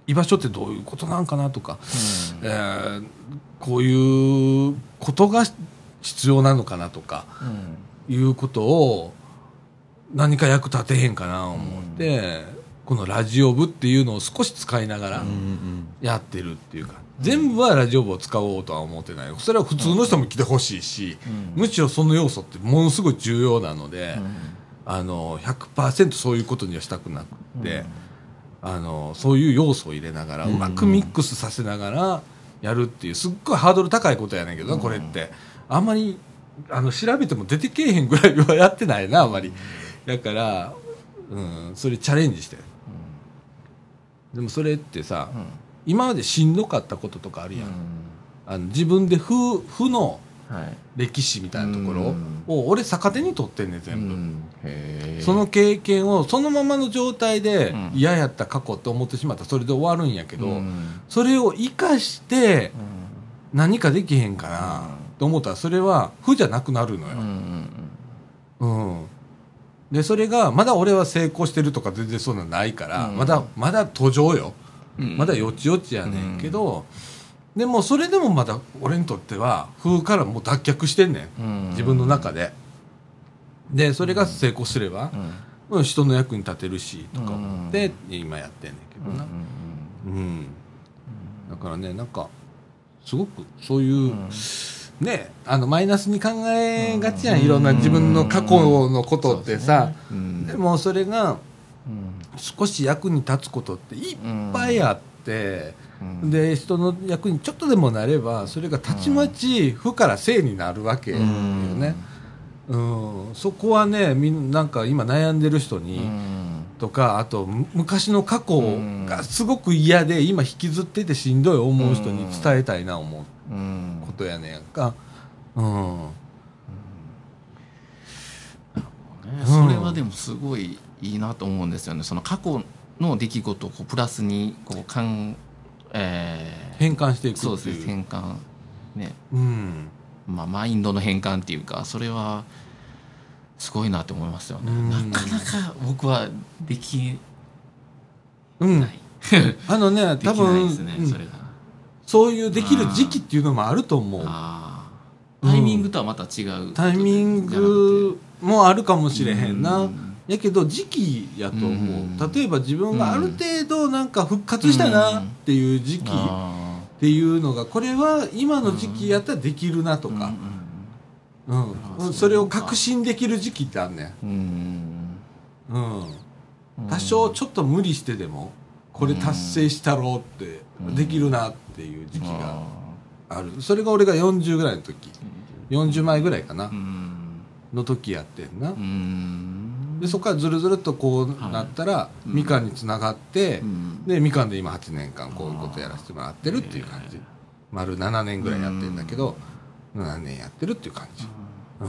居場所ってどういうことなんかなとか、うん、えー、こういうことが必要なのかなとか、うん、いうことを何か役立てへんかな思って、うん、このラジオ部っていうのを少し使いながらやってるっていうか、うん、全部はラジオ部を使おうとは思ってない。それは普通の人も来てほしいし、うん、むしろその要素ってものすごい重要なので、うん、あの ひゃくパーセント そういうことにはしたくなくて、うん、あのそういう要素を入れながら、うん、うまくミックスさせながらやるっていうすっごいハードル高いことやねんけどな、うん、これってあんまりあの調べても出てけえへんぐらいはやってないなあんまり、だから、うん、それチャレンジしてる、うん、でもそれってさ、うん、今までしんどかったこととかあるやん、うん、あの自分で負負の歴史みたいなところを俺逆手に取ってんねん全部、うん、へー、その経験をそのままの状態で嫌やった過去って思ってしまったらそれで終わるんやけど、うん、それを生かして何かできへんかなと思ったらそれは負じゃなくなるのよ、うん、うん、でそれがまだ俺は成功してるとか全然そういうのないから、うん、まだまだ途上よ、うん、まだよちよちやねんけど、うん、でもそれでもまだ俺にとっては風からもう脱却してんねん、うん、自分の中で。でそれが成功すれば、うん、人の役に立てるしとか思って今やってんねんけどな、うんうん、だからねなんかすごくそういう、うん、ね、あのマイナスに考えがちやん、いろんな自分の過去のことってさ、うん、でもそれが少し役に立つことっていっぱいあって、うん、で人の役にちょっとでもなればそれがたちまち負から正になるわけよね、うんうん、そこはねみんなんか今悩んでる人に、うん、とかあと昔の過去がすごく嫌で今引きずっててしんどい思う人に伝えたいな思うことやねんやんか、うんうん、 それはでもすごいいいなと思うんですよね。その過去の出来事をこうプラスにこうかん、えー、 変換していくっていう。 そうですね、変換ね、 うん、 まあ、マインドの変換っていうかそれはすごいなと思いますよね、うん、なかなか僕はできない、 うん、あのね多分できないですね、それがそういうできる時期っていうのもあると思う。 あタイミングとはまた違う、うん、 タイミングもあるかもしれへんな、うん、やけど時期やと思う、うん、例えば自分がある程度なんか復活したなっていう時期っていうのがこれは今の時期やったらできるなとか、うんうん、それを確信できる時期ってあんねん、うんうん、多少ちょっと無理してでもこれ達成したろうってできるなっていう時期がある。それが俺がよんじゅうぐらいの時、よんじゅうまいぐらいかなの時やってんな。でそこからずるずるっとこうなったら、はい、みかんにつながって、うん、でみかんで今はちねんかんこういうことやらせてもらってるっていう感じ、丸ななねんぐらいやってるんだけど、ななねんやってるっていう感じ、うん、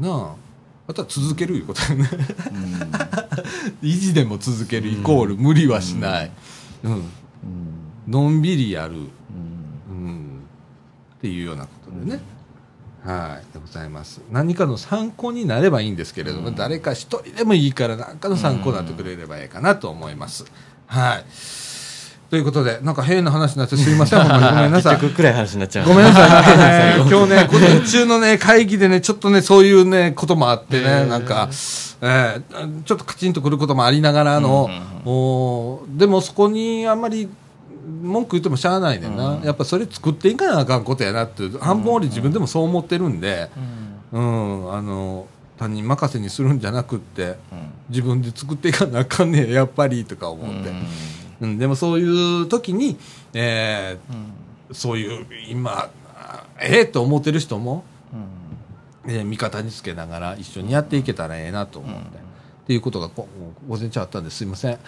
なああとは続けるいうことだよね維持でも続けるイコール無理はしない、うんうん、のんびりやる、うんうん、っていうようなことでね、はいでございます。何かの参考になればいいんですけれども、うん、誰か一人でもいいから何かの参考になってくれればいいかなと思います、うん、はいということでなんか変な話になってすいませんほんまにごめんなさい結局暗い話になっちゃうごめんなさい、ね、今日ね午前中のね会議でねちょっとねそういうねこともあってねなんか、えー、ちょっとカチンとくることもありながらの、うん、でもそこにあんまり文句言ってもしゃあないねんな、うん、やっぱそれ作っていかなあかんことやなって半分俺自分でもそう思ってるんで、うんうん、あの他人任せにするんじゃなくって、うん、自分で作っていかなあかんねんやっぱりとか思って、うんうん、でもそういう時に、えーうん、そういう今ええー、と思ってる人も、うんえー、味方につけながら一緒にやっていけたらええなと思って、うんっていうことが午前中あったんですいませんこ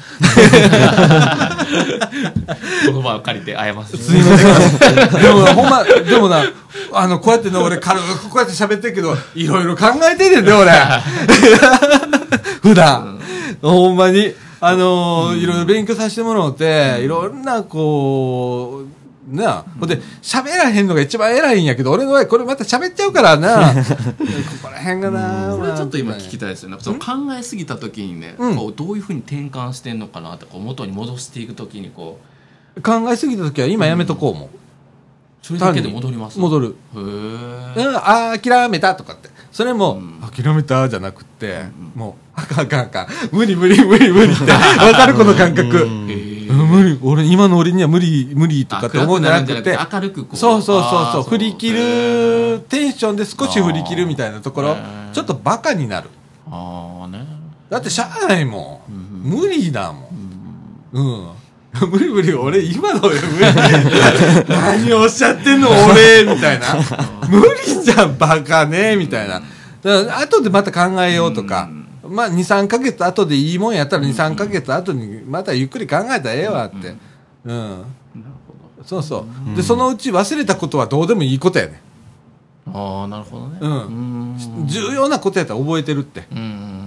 の場を借りて謝ってすいませんでもほんまでもなあのこうやってね俺軽くこうやって喋ってるけどいろいろ考えてんねんで俺普段、うん、ほんまにあのーうん、いろいろ勉強させてもらって、うん、いろんなこうなあ、ほんで喋らへんのが一番偉いんやけど、俺の場合これまた喋っちゃうからなここら辺がな、 これちょっと今聞きたいですよね。その考えすぎた時にね、 うん、 こうどういうふうに転換してんのかなって、こう元に戻していく時にこう考えすぎた時は今やめとこうもん、うん、 それだけで戻ります。 戻る。 へー、うん、あ諦めたとかって、それも、うん、諦めたじゃなくて、うん、もうあかんあかんあかん、無理無理無理無理って分かるこの感覚。無理、俺今の俺には無理無理とかって思うんじゃなくて、 明るくこう、 そうそうそうそう、振り切るテンションで少し振り切るみたいなところ、ちょっとバカになる。 あ、ね、 だってしゃあないもん、うん、無理だもん、うん、うん、無理無理、俺今の俺無理何をおっしゃってんの俺みたいな無理じゃんバカねみたいな。だから後でまた考えようとか、うん、まあにさんかげつ後でいいもんやったらにさんかげつ後にまたゆっくり考えたらええわって、うん、うん、なるほど。そうそう、うん、でそのうち忘れたことはどうでもいいことやね。 ああ、なるほどね、 うん、うん、重要なことやったら覚えてるって、うん、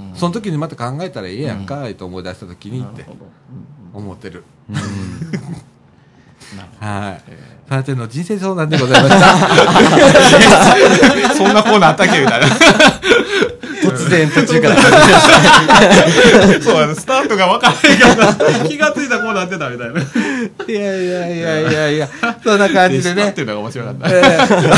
その時にまた考えたらええやんか、うん、と思い出した時にって思ってる、うん、はい、さての人生相談でございましたそんなコーナーあったっけみたいな突然途中からそうやね、スタートが分からへんから気がついたコーナーってたみたいな。 いやいやいやいやいや、そんな感じでねっていうのが面白かった、 え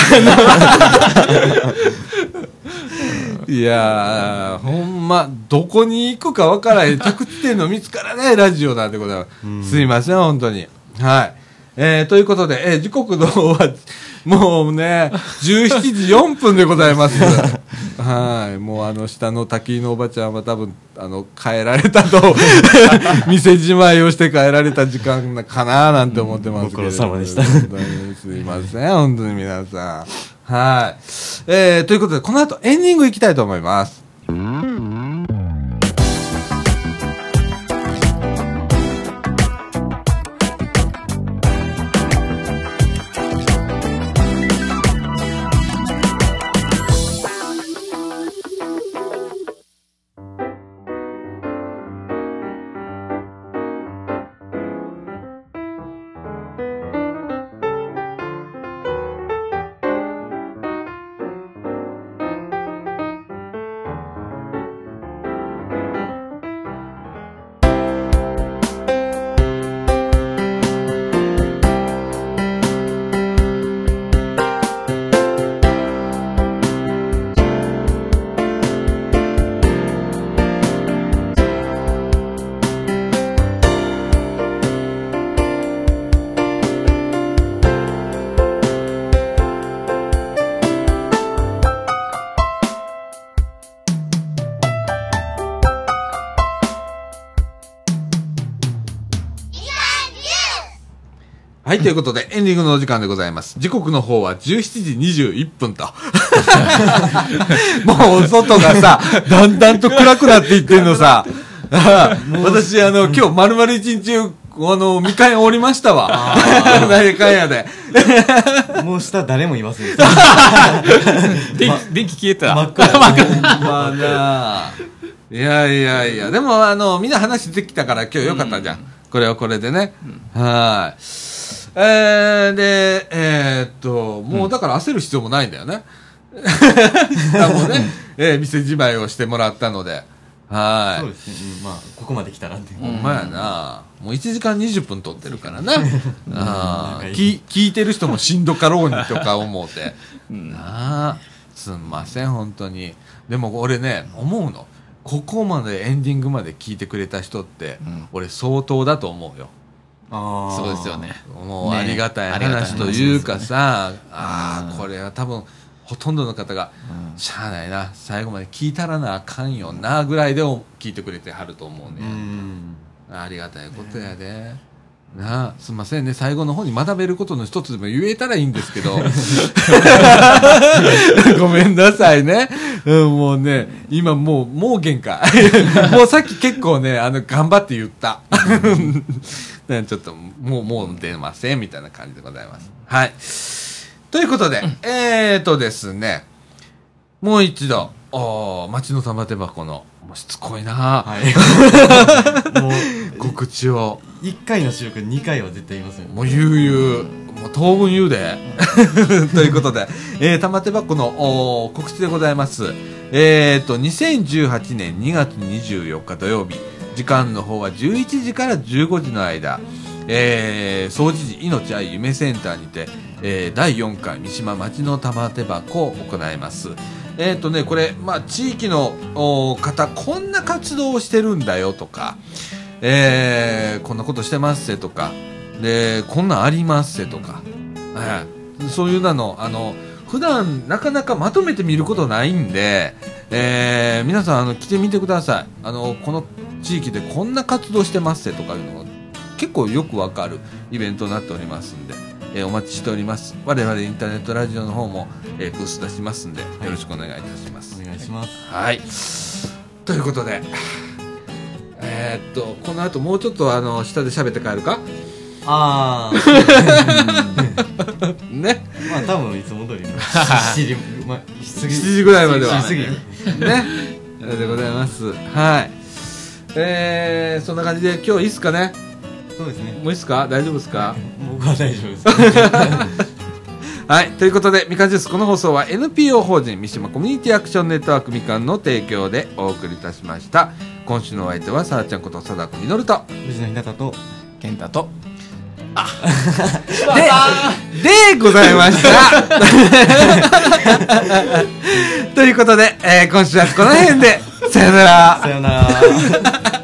ー、いやーほんまどこに行くか分からへん着地点の見つからないラジオなんでございます、うん、すいません本当に。はい、えー、ということで、えー、時刻の方はもうねじゅうしちじよんぷんでございますはい、もうあの下の滝のおばちゃんは多分あの帰られたと店じまいをして帰られた時間かななんて思ってますけど、 ご苦労様でしたすいません本当に皆さん。はい、えー、ということでこの後エンディングいきたいと思います。はい、ということでエンディングのお時間でございます。時刻の方はじゅうしちじにじゅういっぷんともう外がさだんだんと暗くなっていってんのさ私あの今日丸々一日あのみかんおりましたわ何やかんやでもう下誰もいません電気電気消えた真っ暗まあなあ、いやいやいや、でもあのみんな話できたから今日よかったじゃん、うん、これはこれでね、うん、はい、えー、でえー、っともうだから焦る必要もないんだよね、うん、下もね、えー、店じまいをしてもらったので、はい、 そうですね、うん、まあここまで来たらってほんまやな、もういちじかんにじゅっぷん撮ってるからなあ聞, 聞いてる人もしんどかろうにとか思うて、うん、なあすんません本当に。でも俺ね思うの、ここまでエンディングまで聞いてくれた人って、うん、俺相当だと思うよ。 あそうですよね。 もうありがたい話というかさ、ね、ああこれは多分ほとんどの方が、うん、しゃあないな最後まで聞いたらなあかんよなぐらいでも聞いてくれてはると思うね、うん、ありがたいことやで、ね、なあすんませんね、最後の方に学べることの一つでも言えたらいいんですけどごめんなさいね、うん、もうね今もうもう限界もうさっき結構ねあの頑張って言ったちょっともうもう出ませんみたいな感じでございます。はい、ということで、うん、えーとですねもう一度お町の玉手箱のもうしつこいな、はい、もう告知をいっかいの収録にかいは絶対言いますよ、ね、 もう悠々 もう当分言うでということで、えー、玉手箱の告知でございます。えーとにせんじゅうはちねんにがつにじゅうよっか土曜日、時間の方はじゅういちじからじゅうごじの間、えー、総持寺命愛夢センターにて、えー、だいよんかい三島町の玉手箱を行います。えーとね、これ、まあ、地域の方こんな活動をしてるんだよとか、えー、こんなことしてますせとかで、こんなんありますせとか、えー、そういうのあの普段なかなかまとめて見ることないんで、えー、皆さんあの来てみてください。あのこの地域でこんな活動してますせとかいうのが結構よくわかるイベントになっておりますんで、えー、お待ちしております。我々インターネットラジオの方も、えー、ブース出しますんで、よろしくお願いいたします。 お願いします。 はい、ということで、えー、っとこの後もうちょっとあの下で喋って帰るか。ああね、 まあ多分いつも通りのしちじ、まあ、 しちじぐらいまではしちじ過ぎねでございます。はい、えー、そんな感じで今日いいっすかね。 そうですね。 もういいっすか、大丈夫ですか。 僕は大丈夫ですはい、ということでみかんジュース、この放送は エヌピーオー 法人三島コミュニティアクションネットワークみかんの提供でお送りいたしました。今週のお相手はさあちゃんこと貞子みのると藤野ひなたと健太とあででございましたということで、えー、今週はこの辺でさよならさよなら